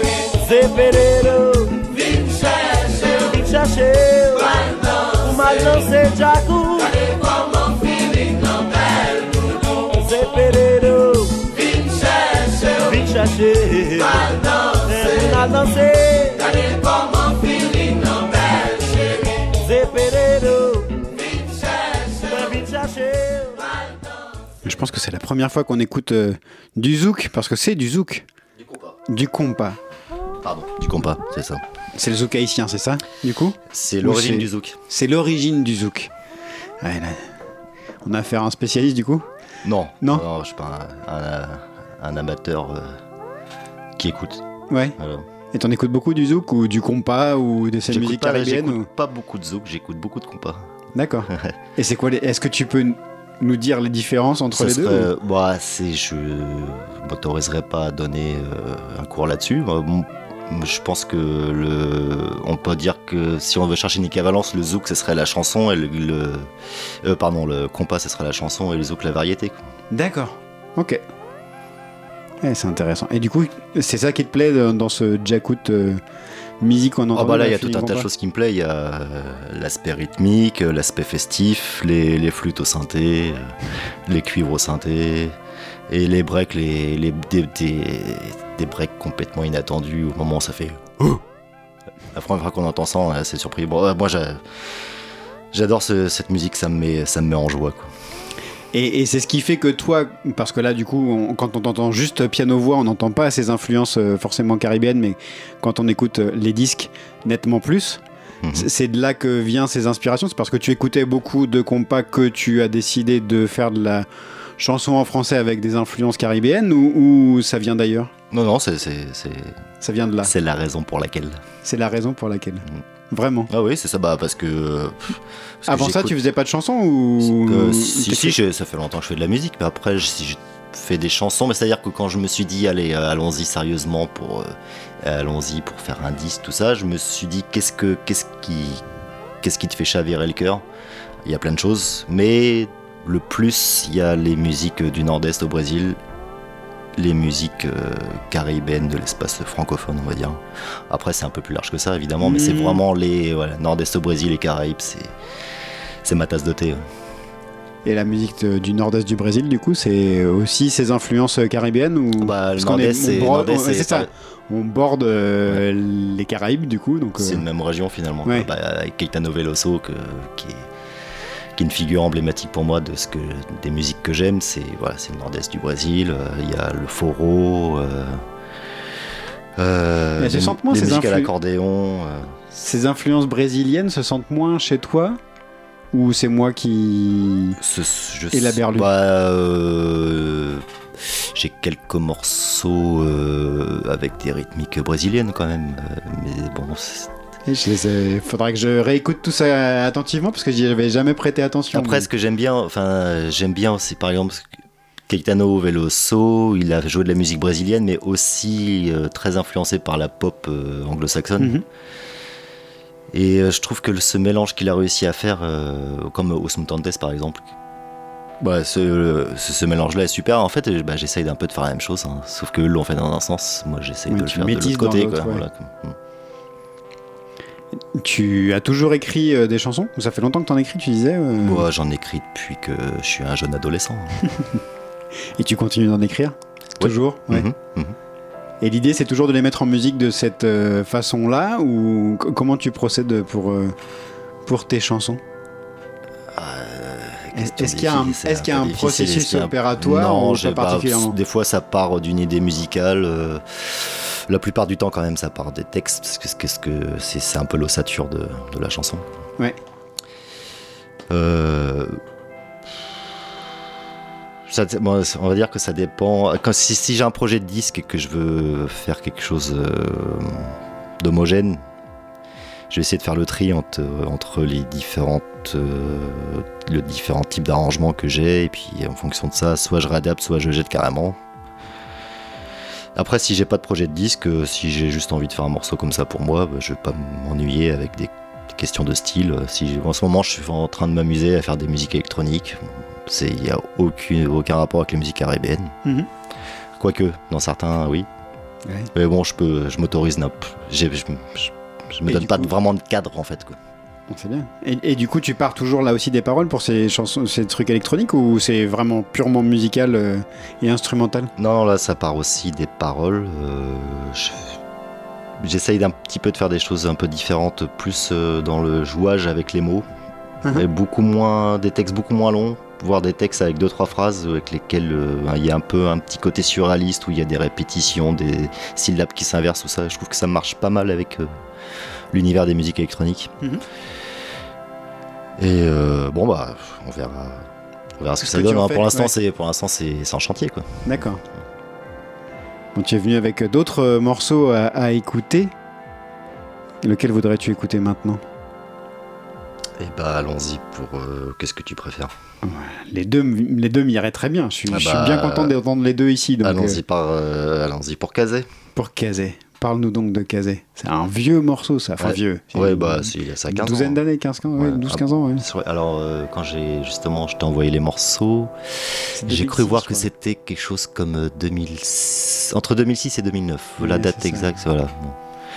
danser Jaco. Allez voir mon feeling dans belle doudou. C'est Peredo. Vine chercher, Vine chercher. mal danser, Mal danser. allez voir mon feeling dans belle chérie. C'est Peredo. Vine chercher, Vine chercher. Je pense que c'est la première fois qu'on écoute euh, du zouk, parce que c'est du zouk. Du compas. Du compas. Pardon, du compas, c'est ça. C'est le zouk haïtien, c'est ça, du coup? C'est l'origine c'est... du zouk. C'est l'origine du zouk. Ouais, là, on a affaire à un spécialiste, du coup? Non, non, non, je suis pas un, un, un amateur euh, qui écoute. Ouais. Voilà. Et t'en écoutes beaucoup du zouk ou du compas ou de cette J'écoute musique pas, caribéenne J'écoute ou... pas beaucoup de zouk, j'écoute beaucoup de compas. D'accord. Et c'est quoi les... Est-ce que tu peux nous dire les différences entre Ça les serait, deux ou... bah, c'est, je m'autoriserai pas à donner euh, un cours là-dessus. Bon, je pense que le, on peut dire que si on veut chercher une équivalence, le zouk ce serait la chanson et le, le euh, pardon, le compas ce serait la chanson et le zouk la variété. Quoi. D'accord. Ok. Ouais, c'est intéressant. Et du coup, c'est ça qui te plaît dans ce Jacout euh, musique qu'on entend? Ah bah là, il y a tout un tas de choses qui me plaisent. Il y a euh, l'aspect rythmique, l'aspect festif, les, les flûtes au synthé, euh, les cuivres au synthé, et les breaks, les, les, des, des, des breaks complètement inattendus. Au moment où ça fait... Oh, la première fois qu'on entend ça, on est assez surpris. Bon, moi, j'ai, j'adore ce, cette musique, ça me met, ça me met en joie, quoi. Et, et c'est ce qui fait que toi, parce que là du coup, on, quand on entend juste piano-voix, on n'entend pas ces influences euh, forcément caribéennes, mais quand on écoute euh, les disques nettement plus, mmh. c'est, c'est de là que viennent ces inspirations. C'est parce que tu écoutais beaucoup de compas que tu as décidé de faire de la chanson en français avec des influences caribéennes, ou, ou ça vient d'ailleurs? Non, non, c'est, c'est, c'est... ça vient de là. C'est la raison pour laquelle. C'est la raison pour laquelle. Mmh. Vraiment? Ah oui, c'est ça, bah parce que... Parce Avant que ça, tu faisais pas de chansons ou... euh, Si, si, je, ça fait longtemps que je fais de la musique, mais après, je, si je fais des chansons, mais c'est-à-dire que quand je me suis dit, allez, euh, allons-y sérieusement pour... Euh, allons-y pour faire un disque, tout ça, je me suis dit, qu'est-ce, que, qu'est-ce, qui, qu'est-ce qui te fait chavirer le cœur? Il y a plein de choses, mais le plus, il y a les musiques du Nord-Est au Brésil, les musiques euh, caribéennes de l'espace francophone, on va dire. Après, c'est un peu plus large que ça, évidemment, mmh. mais c'est vraiment les voilà, Nord-Est au Brésil et Caraïbes, c'est, c'est ma tasse de thé. Et la musique de, du Nord-Est du Brésil, du coup, c'est aussi ses influences caribéennes ou... Bah, le Nord-Est, c'est, bord, Nord-Est, on, c'est, c'est ça. On borde euh, ouais. les Caraïbes, du coup. Donc, c'est euh... une même région, finalement. Ouais. Bah, avec Caetano Veloso, que, qui est... qui est une figure emblématique pour moi de ce que, des musiques que j'aime, c'est, voilà, c'est le Nord-Est du Brésil, il euh, y a le forró, euh, euh, les, les musiques influ... à l'accordéon. Euh. Ces influences brésiliennes se sentent moins chez toi? Ou c'est moi qui ce, je ai la berlue? Bah, euh, j'ai quelques morceaux euh, avec des rythmiques brésiliennes quand même, mais bon... C'est... Il faudrait que je réécoute tout ça attentivement parce que j'y avais jamais prêté attention. Après, mais... ce que j'aime bien, enfin, j'aime bien aussi, par exemple, Caetano Veloso, il a joué de la musique brésilienne, mais aussi euh, très influencé par la pop euh, anglo-saxonne. Mm-hmm. Et euh, je trouve que ce mélange qu'il a réussi à faire, euh, comme Os Mutantes par exemple, bah, ce, ce, ce mélange-là est super. En fait, bah, j'essaye d'un peu de faire la même chose, hein, sauf qu'eux l'ont fait dans un sens, moi j'essaye oui, de le faire de l'autre côté. Quoi, ouais. Voilà. Tu as toujours écrit euh, des chansons? Ça fait longtemps que tu en écris, tu disais euh... Moi, j'en écris depuis que je suis un jeune adolescent. Et tu continues d'en écrire? Oui. Toujours ouais. Mmh, mmh. Et l'idée, c'est toujours de les mettre en musique de cette euh, façon-là? Ou c- comment tu procèdes pour, euh, pour tes chansons? euh, Est-ce qu'il y a un, est-ce qu'il y a un processus opératoire? Non, ou j'ai pas particulièrement. Pas, des fois, ça part d'une idée musicale. Euh, La plupart du temps, quand même, ça part des textes, parce que, parce que c'est, c'est un peu l'ossature de, de la chanson. Ouais. Euh, ça, bon, on va dire que ça dépend. Quand, si, si j'ai un projet de disque et que je veux faire quelque chose euh, d'homogène, je vais essayer de faire le tri entre, entre les différentes, euh, le différents types d'arrangements que j'ai, et puis en fonction de ça, soit je réadapte, soit je jette carrément. Après, si j'ai pas de projet de disque, si j'ai juste envie de faire un morceau comme ça pour moi, bah, je vais pas m'ennuyer avec des questions de style. Si, en ce moment, je suis en train de m'amuser à faire des musiques électroniques. Il n'y a aucun, aucun rapport avec les musiques caribéennes. Mm-hmm. Quoique, dans certains, oui. Ouais. Mais bon, je, peux, je m'autorise. Non, je, je, je, je me Et donne pas coup... vraiment de cadre, en fait. Quoi. C'est bien. Et, et du coup, tu pars toujours là aussi des paroles pour ces chansons, ces trucs électroniques, ou c'est vraiment purement musical euh, et instrumental? Non, là, ça part aussi des paroles. Euh, je... J'essaye d'un petit peu de faire des choses un peu différentes, plus euh, dans le jouage avec les mots, uh-huh. et beaucoup moins, des textes beaucoup moins longs, voire des textes avec deux trois phrases avec lesquelles euh, il y a un peu un petit côté surréaliste où il y a des répétitions, des syllabes qui s'inversent, tout ça. Je trouve que ça marche pas mal avec euh, l'univers des musiques électroniques. Uh-huh. Et euh, bon bah on verra, on verra ce que ça donne. Hein. Pour l'instant, ouais. c'est pour l'instant c'est, c'est en chantier quoi. D'accord. Bon, tu es venu avec d'autres morceaux à, à écouter. Lequel voudrais-tu écouter maintenant? Eh bah allons-y pour euh, qu'est-ce que tu préfères? Ouais, les deux, les deux m'iraient très bien. Je suis, ah bah, je suis bien content d'entendre les deux ici. Donc allons-y euh... par, euh, allons-y pour Kazé. Pour Kazé. Parle-nous donc de Kazé. C'est un vieux morceau, ça. Enfin, ouais. vieux. Ouais, bah, c'est, il a ça quinze ans. Une douzaine d'années, quinze, quinze, ouais, douze quinze ans. Ouais. Alors, euh, quand j'ai justement, je t'ai envoyé les morceaux, j'ai cru voir que c'était quelque chose comme deux mille six, entre deux mille six et deux mille neuf. Ouais, la date exacte, voilà. Bon.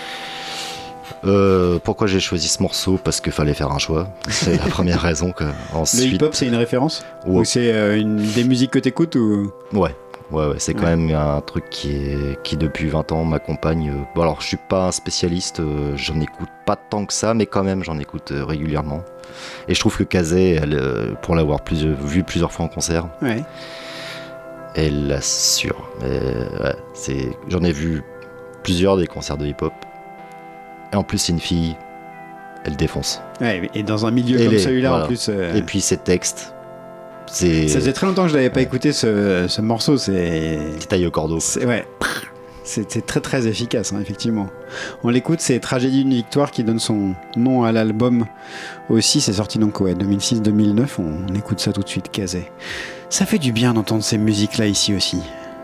Euh, pourquoi j'ai choisi ce morceau? Parce qu'il fallait faire un choix. C'est la première raison. Que, ensuite... Le hip-hop, c'est une référence? Ouais. Ou c'est euh, une, des musiques que t'écoutes ou... Ouais. Ouais, ouais, c'est quand ouais. même un truc qui, est, qui depuis vingt ans m'accompagne. Bon, alors je suis pas un spécialiste, euh, j'en écoute pas tant que ça, mais quand même j'en écoute euh, régulièrement. Et je trouve que Kazé, elle, euh, pour l'avoir plus, vu plusieurs fois en concert, ouais. elle assure. Mais, ouais, c'est, j'en ai vu plusieurs des concerts de hip-hop. Et en plus, c'est une fille, elle défonce. Ouais, et dans un milieu elle comme est, celui-là voilà. en plus. Euh... Et puis ses textes. C'est... Ça faisait très longtemps que je n'avais pas ouais. écouté ce, ce morceau. C'est taille au cordeau. C'est, ouais. c'est, c'est très très efficace, hein, effectivement. On l'écoute, c'est Tragédie d'une victoire qui donne son nom à l'album aussi. C'est sorti donc ouais, deux mille six deux mille neuf. On, on écoute ça tout de suite, Kazé. Ça fait du bien d'entendre ces musiques-là ici aussi.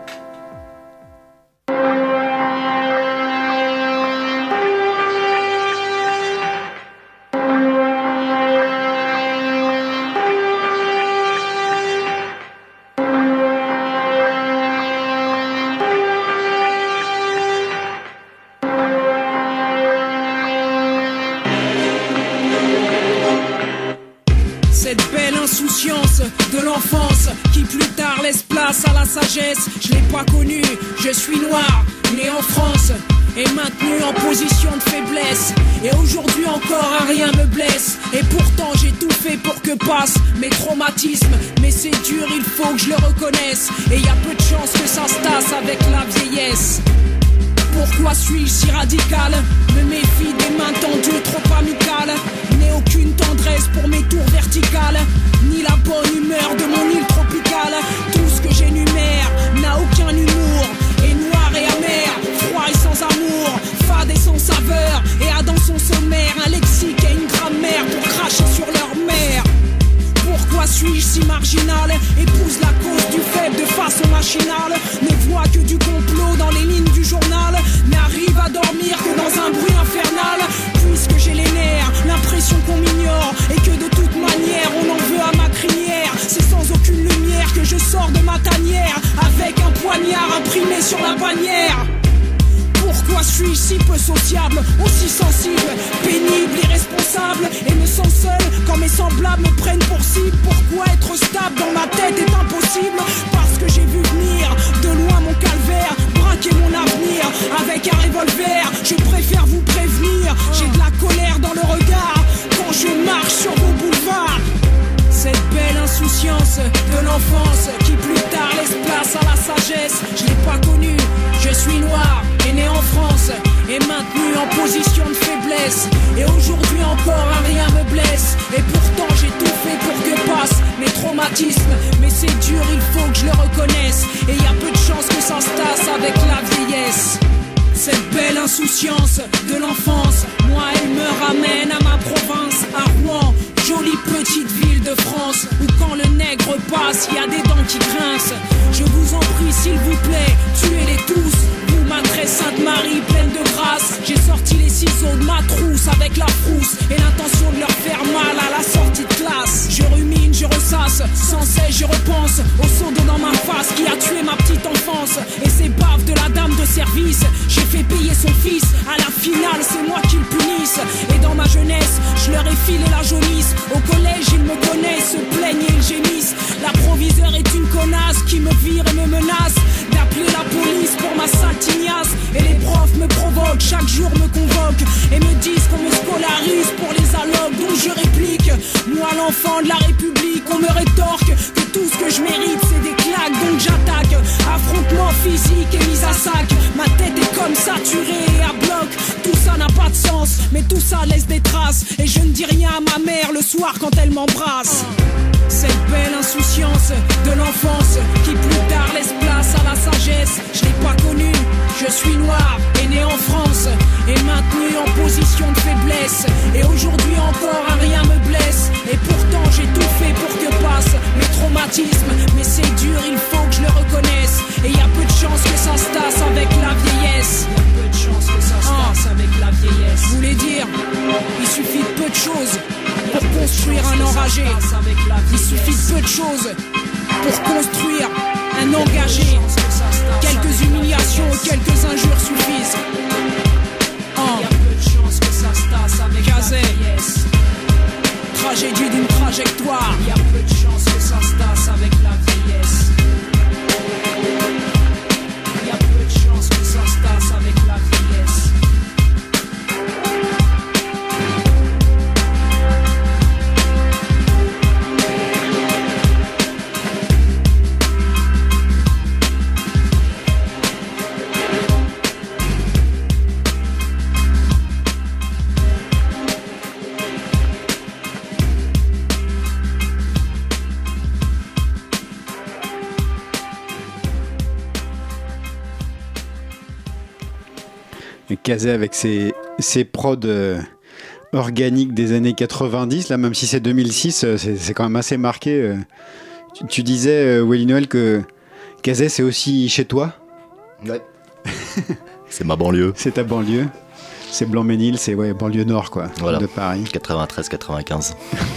De l'enfance qui plus tard laisse place à la sagesse. Je l'ai pas connu, je suis noir, né en France et maintenu en position de faiblesse. Et aujourd'hui encore un rien me blesse. Et pourtant j'ai tout fait pour que passent mes traumatismes. Mais c'est dur, il faut que je le reconnaisse. Et y a peu de chance que ça se tasse avec la vieillesse. Pourquoi suis-je si radical? Me méfie des mains tendues trop amicales. N'ai aucune tendresse pour mes tours verticales, ni la bonne humeur de mon île tropicale. Tout ce que j'énumère n'a aucun humour, est noir et amer, froid et sans amour, fade et sans saveur, et a dans son sommaire un lexique et une grammaire pour cracher sur leur mère. Pourquoi suis-je si marginal? Épouse la cause du faible de façon machinale. Ne vois que du complot dans les lignes du journal. N'arrive à dormir que dans un bruit infernal. Puisque j'ai les nerfs, l'impression qu'on m'ignore, et que de toute manière on en veut à ma crinière. C'est sans aucune lumière que je sors de ma tanière, avec un poignard imprimé sur la bannière. Pourquoi suis-je si peu sociable, aussi sensible, pénible, irresponsable, et me sens seul quand mes semblables me prennent pour cible? Pourquoi être stable dans ma tête est impossible? Parce que j'ai vu venir de loin mon calvaire, braquer mon avenir avec un revolver. Je préfère vous prévenir, j'ai de la colère dans le regard quand je marche sur vos boulevards. Cette belle insouciance de l'enfance qui plus tard laisse place à la sagesse. Je l'ai pas connue, je suis noir et né en France et maintenu en position de faiblesse. Et aujourd'hui encore un rien me blesse. Et pourtant j'ai tout fait pour que passent mes traumatismes. Mais c'est dur, il faut que je le reconnaisse. Et y a peu de chance que ça se tasse avec la vieillesse. Cette belle insouciance de l'enfance, moi elle me ramène à ma province, à Rouen, jolie petite ville de France, où quand le nègre passe, y a des dents qui grincent. Je vous en prie s'il vous plaît, tuez-les tous. Vous m'adresse Sainte-Marie pleine de grâce. J'ai sorti les ciseaux de ma trousse avec la frousse et l'intention de leur faire mal à la sortie de classe. Je rumine, je ressasse, sans cesse je repense au seau d'eau dans ma face qui a tué ma petite enfance. Et ces baves de la dame de service, j'ai fait payer son fils. À la finale c'est moi qui le punisse. police. Et dans ma jeunesse, je leur ai filé la jaunisse. Au collège, ils me connaissent, se plaignent et ils gémissent. La proviseure est une connasse qui me vire et me menace d'appeler la police pour ma sale tignasse. Et les profs me provoquent, chaque jour me convoquent et me disent qu'on me scolarise pour les allocs. Donc je réplique, moi l'enfant de la République, on me rétorque que tout ce que je mérite c'est des claques. Donc j'attaque, affrontement physique et mise à sac. Ma tête est comme saturée et à bloc. Tout ça n'a pas de sens, mais tout ça laisse des traces. Et je ne dis rien à ma mère le soir quand elle m'embrasse. Cette belle insouciance de l'enfance qui plus tard laisse place à la sagesse. Je l'ai pas connue, je suis noir et né en France et maintenu en position de faiblesse. Et aujourd'hui encore un rien me blesse. Et pourtant j'ai tout fait pour que passent mes traumatismes. Mais c'est dur, il faut que je le reconnaisse. Et y a peu de chance que ça se tasse avec la vieillesse. Y a peu de chance que ça se tasse ah. avec la vieillesse. Je voulais dire, il suffit de peu de choses pour construire un enragé. Il suffit de peu de choses pour construire un engagé. Quelques humiliations, quelques injures suffisent. Il y a peu de chances que ça se tasse avec Gazet. Tragédie d'une trajectoire. Il y a peu de chances que ça se tasse avec la vieillesse. Il y a peu de chances que ça se tasse avec la vieillesse. Kazé avec ses, ses prods euh, organiques des années quatre-vingt-dix, là, même si c'est deux mille six, euh, c'est, c'est quand même assez marqué. Euh. Tu, tu disais, euh, Willy Noël, que Kazé, c'est aussi chez toi. Ouais. C'est ma banlieue. C'est ta banlieue. C'est Blanc-Ménil, c'est ouais, banlieue nord, quoi, voilà. De Paris. quatre-vingt-treize quatre-vingt-quinze.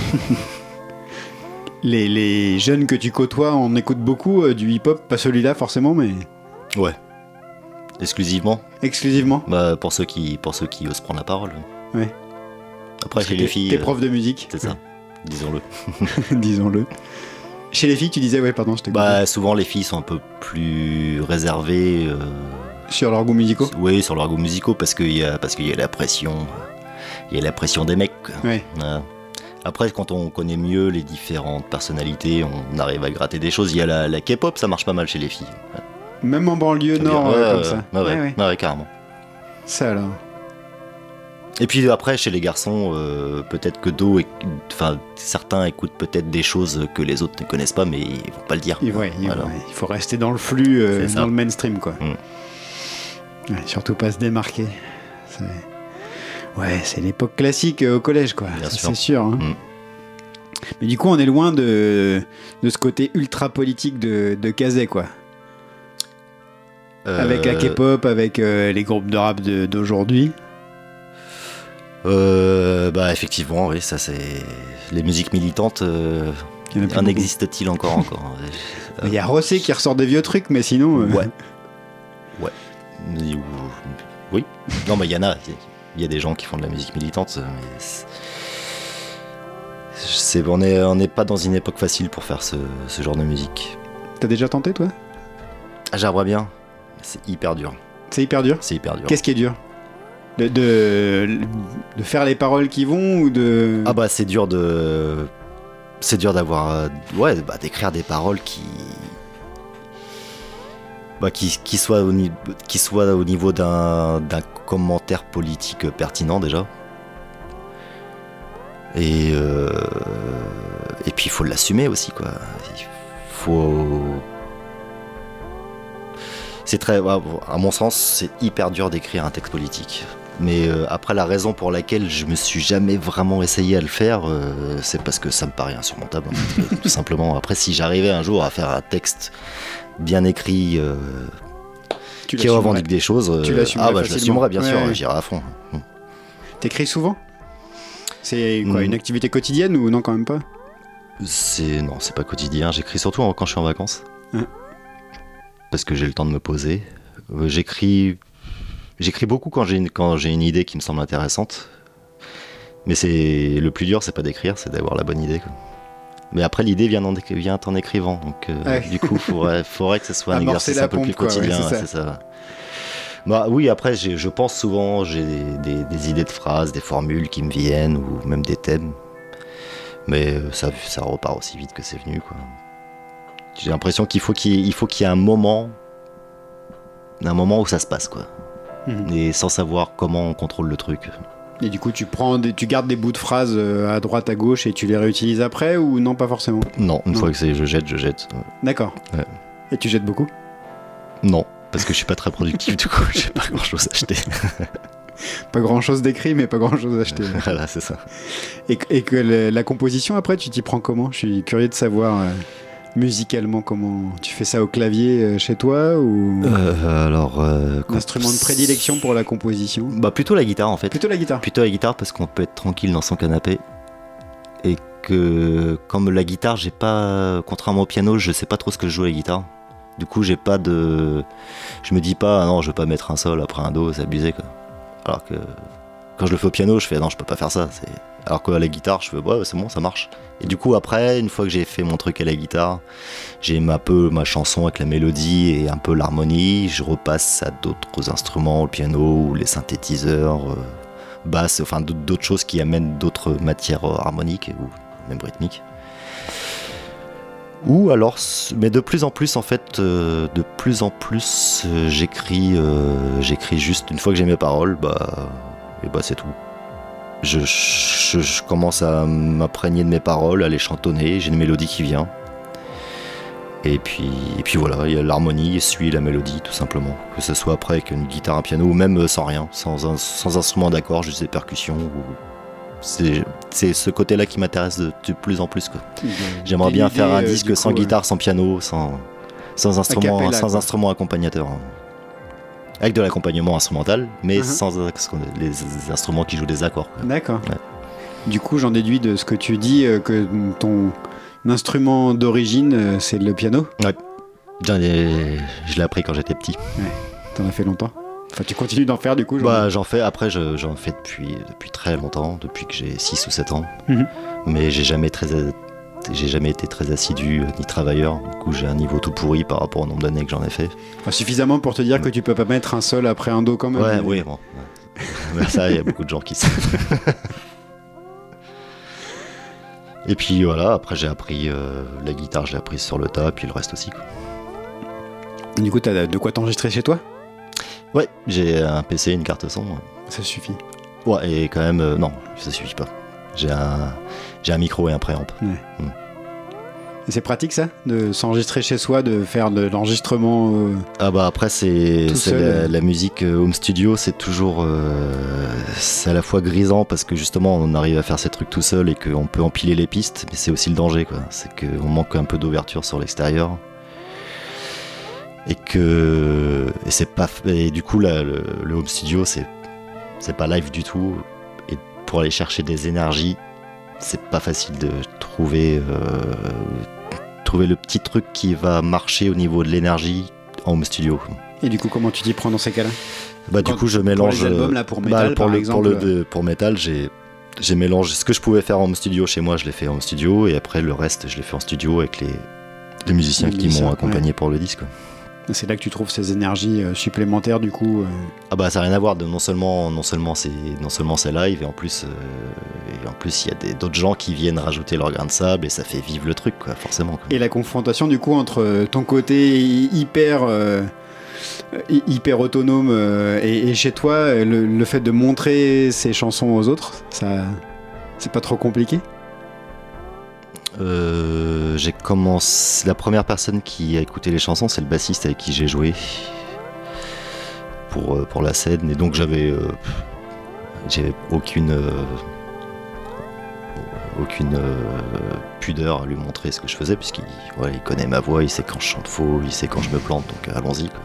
les, les jeunes que tu côtoies, on écoute beaucoup euh, du hip-hop, pas celui-là forcément, mais... Ouais. Exclusivement. Exclusivement. Bah pour ceux qui pour ceux qui osent prendre la parole. Ouais. Après chez les filles. T'es prof de musique. C'est ça. Disons-le. Disons-le. Chez les filles, tu disais ouais, pardon, je t'ai coupé. Bah souvent les filles sont un peu plus réservées. Euh... Sur leurs goûts musicaux. Oui, sur leurs goûts musicaux parce qu'il y a parce qu'il y a la pression, il y a la pression des mecs. Ouais. Euh... Après, quand on connaît mieux les différentes personnalités, on arrive à gratter des choses. Il y a la, la K-pop, ça marche pas mal chez les filles. Même en banlieue nord, ouais, euh, comme ouais, ça. Ouais, ouais, ouais, ouais. ouais, carrément. Ça alors. Et puis après, chez les garçons, euh, peut-être que d'eau, enfin, certains écoutent peut-être des choses que les autres ne connaissent pas, mais ils vont pas le dire. Et ouais, voilà. ouais, il faut rester dans le flux, euh, dans le mainstream, quoi. Mm. Ouais, surtout pas se démarquer. C'est... Ouais, c'est l'époque classique euh, au collège, quoi. Ça, sûr. C'est sûr. Hein. Mm. Mais du coup, on est loin de, de ce côté ultra politique de, de Kazé, quoi. Euh... Avec la K-pop, avec euh, les groupes de rap de, d'aujourd'hui. Euh, bah effectivement, oui, ça c'est les musiques militantes. Euh... En existe-t-il encore encore Il y a Rossé qui ressort des vieux trucs, mais sinon. Euh... Ouais. Ouais. Oui. Non, mais il y en a. Il y a des gens qui font de la musique militante, mais c'est... C'est... on est on n'est pas dans une époque facile pour faire ce, ce genre de musique. T'as déjà tenté, toi ? Ah, j'aimerais bien. C'est hyper dur. C'est hyper dur ? C'est hyper dur. Qu'est-ce qui est dur ? de, de, de faire les paroles qui vont ou de... Ah bah c'est dur de... C'est dur d'avoir... Ouais, bah, d'écrire des paroles qui... Bah, qui, qui, soient au, qui soient au niveau d'un, d'un commentaire politique pertinent déjà. Et, euh, et puis il faut l'assumer aussi, quoi. Il faut... C'est très, à mon sens, c'est hyper dur d'écrire un texte politique. Mais euh, après, la raison pour laquelle je me suis jamais vraiment essayé à le faire, euh, c'est parce que ça me paraît insurmontable, en fait, tout simplement. Après, si j'arrivais un jour à faire un texte bien écrit, euh, qui revendique des choses, euh, tu l'assumerais ah bah je l'assumerais bien ouais, sûr, ouais. J'irai à fond. T'écris souvent ? C'est quoi, mmh. une activité quotidienne ou non, quand même pas ? C'est non, c'est pas quotidien. J'écris surtout quand je suis en vacances. Ouais. Parce que j'ai le temps de me poser. Euh, j'écris, j'écris beaucoup quand j'ai une, quand j'ai une idée qui me semble intéressante. Mais c'est le plus dur, c'est pas d'écrire, c'est d'avoir la bonne idée, quoi. Mais après, l'idée vient en, vient en écrivant, donc euh, ouais. du coup, il faudrait, faudrait que ce soit un exercice un peu pompe, plus quotidien. Quoi, ouais, c'est, c'est ça. ça. Bah oui, après, j'ai, je pense souvent, j'ai des, des, des idées de phrases, des formules qui me viennent, ou même des thèmes. Mais ça, ça repart aussi vite que c'est venu, quoi. J'ai l'impression qu'il faut qu'il y ait, il faut qu'il y ait un moment, un moment où ça se passe, quoi. Mmh. Et sans savoir comment on contrôle le truc. Et du coup, tu prends, des, tu gardes des bouts de phrases à droite, à gauche, et tu les réutilises après, ou non, pas forcément ? Non, une non. fois que c'est, je jette, je jette. D'accord. Ouais. Et tu jettes beaucoup ? Non, parce que je suis pas très productif, du coup, j'ai pas grand-chose à acheter. Pas grand-chose d'écrit, mais pas grand-chose à acheter. Voilà, c'est ça. Et, et que le, la composition, après, tu t'y prends comment ? Je suis curieux de savoir... Euh... Musicalement, comment tu fais ça au clavier euh, chez toi ou euh, alors euh, instrument de prédilection pour la composition ? Bah plutôt la guitare en fait. Plutôt la guitare. Plutôt la guitare parce qu'on peut être tranquille dans son canapé et que comme la guitare, j'ai pas, contrairement au piano, je sais pas trop ce que je joue à la guitare. Du coup, j'ai pas de, je me dis pas ah non, je veux pas mettre un sol après un do, c'est abusé quoi. Alors que quand je le fais au piano, je fais non, je peux pas faire ça. C'est... Alors qu'à la guitare, je fais ouais, c'est bon, ça marche. Et du coup, après, une fois que j'ai fait mon truc à la guitare, j'ai un peu ma chanson avec la mélodie et un peu l'harmonie. Je repasse à d'autres instruments, le piano ou les synthétiseurs, euh, basse, enfin d'autres choses qui amènent d'autres matières harmoniques ou même rythmiques. Ou alors, mais de plus en plus, en fait, euh, de plus en plus, euh, j'écris, euh, j'écris juste une fois que j'ai mes paroles, bah, et bah c'est tout. Je, je, je commence à m'imprégner de mes paroles, à les chantonner, j'ai une mélodie qui vient. Et puis, et puis voilà, il y a l'harmonie suit la mélodie tout simplement. Que ce soit après avec une guitare, un piano ou même sans rien, sans, un, sans instrument d'accord, juste des percussions. Ou... C'est, c'est ce côté-là qui m'intéresse de, de plus en plus, quoi. J'aimerais bien faire un disque euh, sans coup, guitare, ouais. sans piano, sans, sans, instrument, Acapella, sans instrument accompagnateur. Avec de l'accompagnement instrumental, mais uh-huh. sans les instruments qui jouent des accords. Quoi. D'accord. Ouais. Du coup, j'en déduis de ce que tu dis euh, que ton instrument d'origine, euh, c'est le piano. Ouais. J'en ai... Je l'ai appris quand j'étais petit. Ouais. T'en as fait longtemps ? Enfin, tu continues d'en faire du coup ? Bah, j'en fais, après, je, j'en fais depuis, depuis très longtemps, depuis que j'ai six ou sept ans. Mm-hmm. Mais j'ai jamais très... J'ai jamais été très assidu ni travailleur, du coup j'ai un niveau tout pourri par rapport au nombre d'années que j'en ai fait. Enfin, suffisamment pour te dire que tu peux pas mettre un sol après un do quand même. Ouais, mais... oui, bon. Mais ça, il y a beaucoup de gens qui savent. Et puis voilà, après j'ai appris euh, la guitare, je l'ai apprise sur le tas, puis le reste aussi. Quoi. Du coup, t'as de quoi t'enregistrer chez toi ? Ouais, j'ai un P C, une carte son. Ouais. Ça suffit. Ouais, et quand même, euh, non, ça suffit pas. J'ai un, j'ai un micro et un préamp. Ouais. Mm. Et c'est pratique ça, de s'enregistrer chez soi, de faire de l'enregistrement euh, Ah bah après c'est, c'est seul, la, euh... la musique home studio, c'est toujours euh, c'est à la fois grisant parce que justement on arrive à faire ces trucs tout seul et qu'on peut empiler les pistes, mais c'est aussi le danger quoi. C'est qu'on manque un peu d'ouverture sur l'extérieur. Et que et c'est pas et du coup là, le, le home studio c'est c'est pas live du tout. Pour aller chercher des énergies, c'est pas facile de trouver, euh, trouver le petit truc qui va marcher au niveau de l'énergie en home studio. Et du coup, comment tu t'y prends dans ces cas-là ? Bah Quand, du coup, je mélange. Pour les albums, là, pour Metal, bah, pour, par le, exemple, pour, le, pour Metal, j'ai, j'ai mélangé ce que je pouvais faire en home studio chez moi, je l'ai fait en home studio, et après le reste, je l'ai fait en studio avec les, les musiciens les qui musiciens, m'ont accompagné ouais. pour le disque. C'est là que tu trouves ces énergies euh, supplémentaires du coup euh... Ah bah ça n'a rien à voir, de, non, seulement, non, seulement c'est, non seulement c'est live et en plus euh, et en plus il y a des, d'autres gens qui viennent rajouter leur grain de sable et ça fait vivre le truc quoi, forcément quoi. Et la confrontation du coup entre ton côté hyper euh, hyper autonome euh, et, et chez toi le, le fait de montrer ces chansons aux autres, ça c'est pas trop compliqué? Euh, j'ai commencé. La première personne qui a écouté les chansons, c'est le bassiste avec qui j'ai joué pour, euh, pour la scène. Et donc j'avais, euh, j'avais aucune, euh, aucune euh, pudeur à lui montrer ce que je faisais, puisqu'il ouais, il connaît ma voix, il sait quand je chante faux, il sait quand je me plante, donc allons-y. Quoi.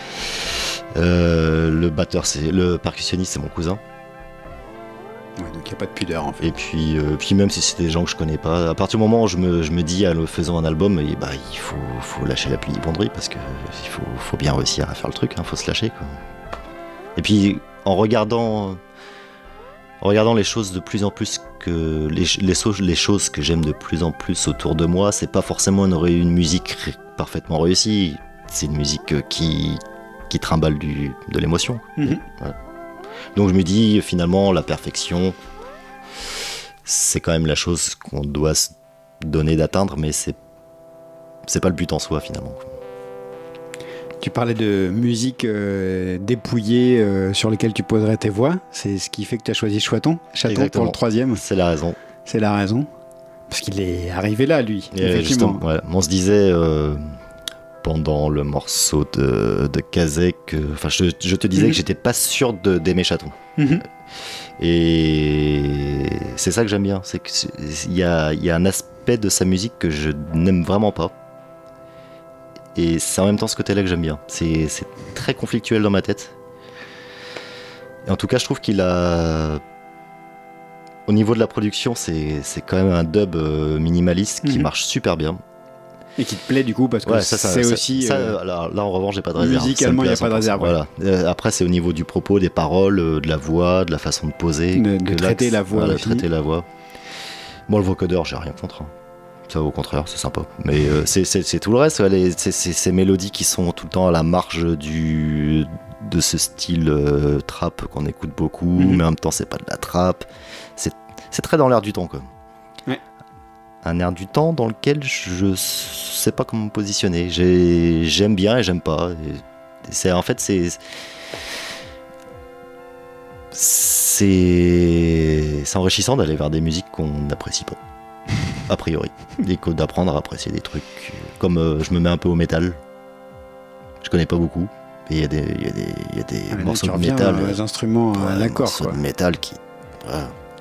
Euh, le batteur, c'est le percussionniste, c'est mon cousin. Ouais, donc il n'y a pas de pudeur en fait. Et puis, euh, puis même si c'est des gens que je connais pas, à partir du moment où je me, je me dis en faisant un album, et bah, il faut, faut lâcher la plibonderie parce qu'il faut, faut bien réussir à faire le truc, il hein, faut se lâcher quoi. Et puis en regardant, en regardant les choses de plus en plus que les, les, les choses que j'aime de plus en plus autour de moi, c'est pas forcément une, une musique parfaitement réussie, c'est une musique qui, qui trimballe du, de l'émotion. Mmh. Voilà. Donc je me dis finalement la perfection, c'est quand même la chose qu'on doit se donner d'atteindre, mais c'est, c'est pas le but en soi finalement. Tu parlais de musique euh, dépouillée euh, sur lesquelles tu poserais tes voix. C'est ce qui fait que tu as choisi Chaton, Chaton pour le troisième. C'est la raison. C'est la raison. Parce qu'il est arrivé là, lui. Et effectivement. Ouais. On se disait euh, pendant le morceau de, de Kazé que. Enfin, je, je te disais mmh. que j'étais pas sûr de, d'aimer Chaton. Mmh. Et c'est ça que j'aime bien. C'est qu'il y a, y a un aspect de sa musique que je n'aime vraiment pas. Et c'est en même temps ce côté-là que j'aime bien. C'est, c'est très conflictuel dans ma tête. Et en tout cas, je trouve qu'il a... Au niveau de la production, c'est, c'est quand même un dub minimaliste qui mmh. marche super bien. Et qui te plaît du coup, parce que ouais, ça, ça, c'est ça, aussi... Ça, euh... là, là, en revanche, j'ai pas de réserve. Musicalement, il n'y a pas de réserve. Voilà. Euh, après, c'est au niveau du propos, des paroles, de la voix, de la façon de poser. De, de traiter la voix. Voilà, traiter la voix. Bon, le vocodeur, j'ai rien contre. Hein. Ça, au contraire, c'est sympa. Mais euh, c'est, c'est, c'est tout le reste, les, c'est, c'est ces mélodies qui sont tout le temps à la marge du, de ce style euh, trap qu'on écoute beaucoup, mmh. mais en même temps, c'est pas de la trap. C'est, c'est très dans l'air du temps, quoi. Ouais. Un air du temps dans lequel je sais pas comment me positionner. J'ai, j'aime bien et j'aime pas. Et c'est, en fait, c'est. C'est, c'est enrichissant d'aller vers des musiques qu'on n'apprécie pas. A priori, et d'apprendre à apprécier des trucs comme euh, je me mets un peu au métal, je connais pas beaucoup, et il y a des, y a des, y a des ah, morceaux de métal, les instruments à ouais, l'accord, morceaux quoi. de métal qui, ouais.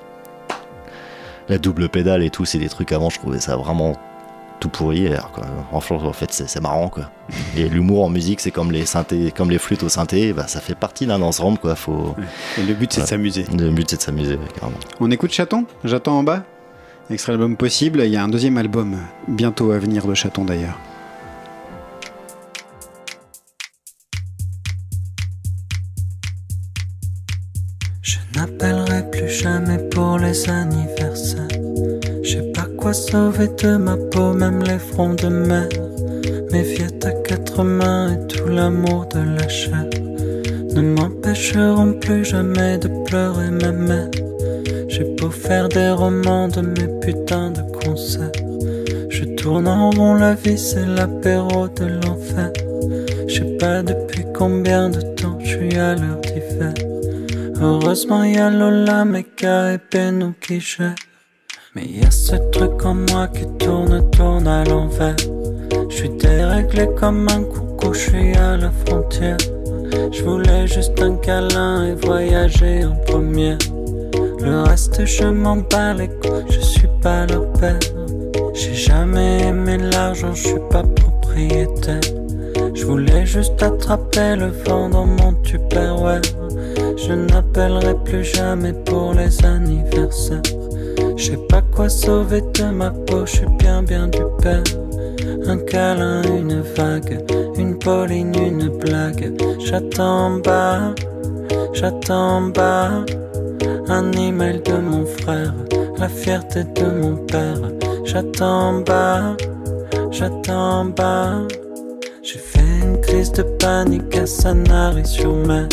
La double pédale et tout, c'est des trucs avant, je trouvais ça vraiment tout pourri, quoi. Enfin, en fait, c'est, c'est marrant, quoi. Et l'humour en musique, c'est comme les synthés, comme les flûtes au synthé, bah, ça fait partie d'un ensemble, quoi. Faut. Ouais. Et le but, c'est voilà. de s'amuser. Le but, c'est de s'amuser, ouais, carrément. On écoute Chaton, J'attends en bas. Extrait album possible, il y a un deuxième album bientôt à venir de Chaton d'ailleurs. Je n'appellerai plus jamais pour les anniversaires. Je sais pas quoi sauver de ma peau, même les fronts de mer. Mes fillettes à quatre mains et tout l'amour de la chair ne m'empêcheront plus jamais de pleurer ma mère. J'ai beau faire des romans de mes putains de concerts, je tourne en rond, la vie c'est l'apéro de l'enfer. Je sais pas depuis combien de temps je suis à l'heure d'hiver. Heureusement y'a Lola, Meka et Benou qui gèrent. Mais y'a ce truc en moi qui tourne, tourne à l'envers. Je suis déréglé comme un coucou, je suis à la frontière. Je voulais juste un câlin et voyager en première. Le reste je m'en bats les couilles, je suis pas leur père. J'ai jamais aimé l'argent, je suis pas propriétaire. Je voulais juste attraper le vent dans mon Tupperware. Je n'appellerai plus jamais pour les anniversaires. Je sais pas quoi sauver de ma peau, je suis bien bien du père. Un câlin, une vague, une Pauline, une blague. J'attends en bas, j'attends en bas. Un email de mon frère, la fierté de mon père. J'attends en bas, j'attends en bas. J'ai fait une crise de panique à Sanary-sur-Mer.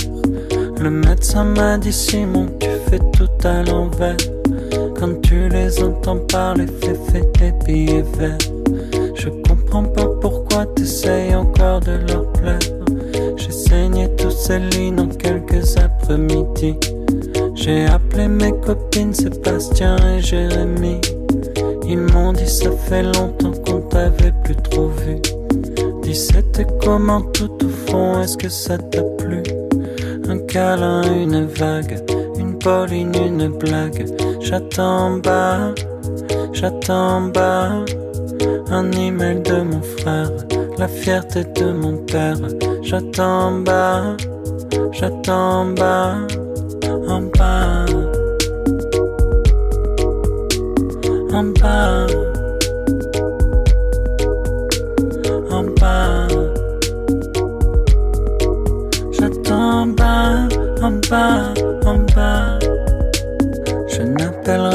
Le médecin m'a dit Simon, tu fais tout à l'envers. Quand tu les entends parler, fais fais tes billets verts. Je comprends pas pourquoi t'essayes encore de leur plaire. J'ai saigné tous ces lignes en quelques après-midi. J'ai appelé mes copines Sébastien et Jérémy. Ils m'ont dit ça fait longtemps qu'on t'avait plus trop vu. Dis c'était comment tout au fond, est-ce que ça t'a plu? Un câlin, une vague, une Pauline, une blague. J'attends en bas, j'attends en bas. Un email de mon frère, la fierté de mon père. J'attends en bas, j'attends en bas. En bas, en bas, en bas. J'attends en bas, en bas, en bas.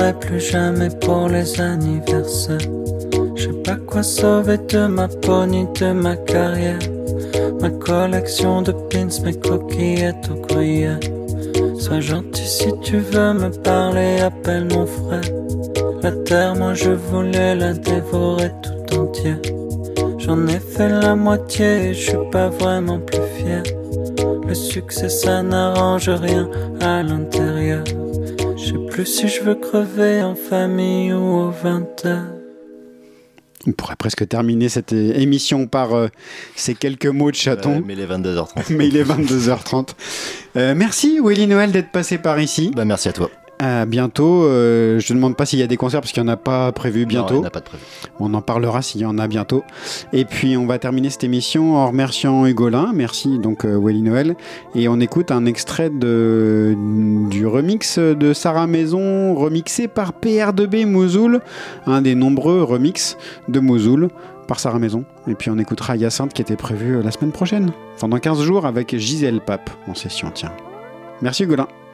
n'appellerai plus jamais pour les anniversaires. Je sais pas quoi sauver de ma peau ni de ma carrière. Ma collection de pins, mes coquillettes au gruyère. Sois gentil si tu veux me parler, appelle mon frère. La terre, moi je voulais la dévorer tout entière. J'en ai fait la moitié et je suis pas vraiment plus fier. Le succès ça n'arrange rien à l'intérieur. Je sais plus si je veux crever en famille ou au vingt heures. On pourrait presque terminer cette émission par euh, ces quelques mots de chaton. Euh, mais il est vingt-deux heures trente. mais il est vingt-deux heures trente. Euh, merci Willy Noël d'être passé par ici. Bah, merci à toi. À bientôt. Euh, je ne demande pas s'il y a des concerts parce qu'il n'y en a pas prévu bientôt. Non, il n'y en a pas de prévu. On en parlera s'il y en a bientôt. Et puis on va terminer cette émission en remerciant Hugolin. Merci donc euh, Willy Noël. Et on écoute un extrait de, du remix de Sarah Maison, remixé par P R deux B Mouzoul, un des nombreux remixes de Mouzoul par Sarah Maison. Et puis on écoutera Hyacinthe qui était prévu la semaine prochaine, enfin dans quinze jours avec Gisèle Pape en session. Tiens. Merci Hugolin.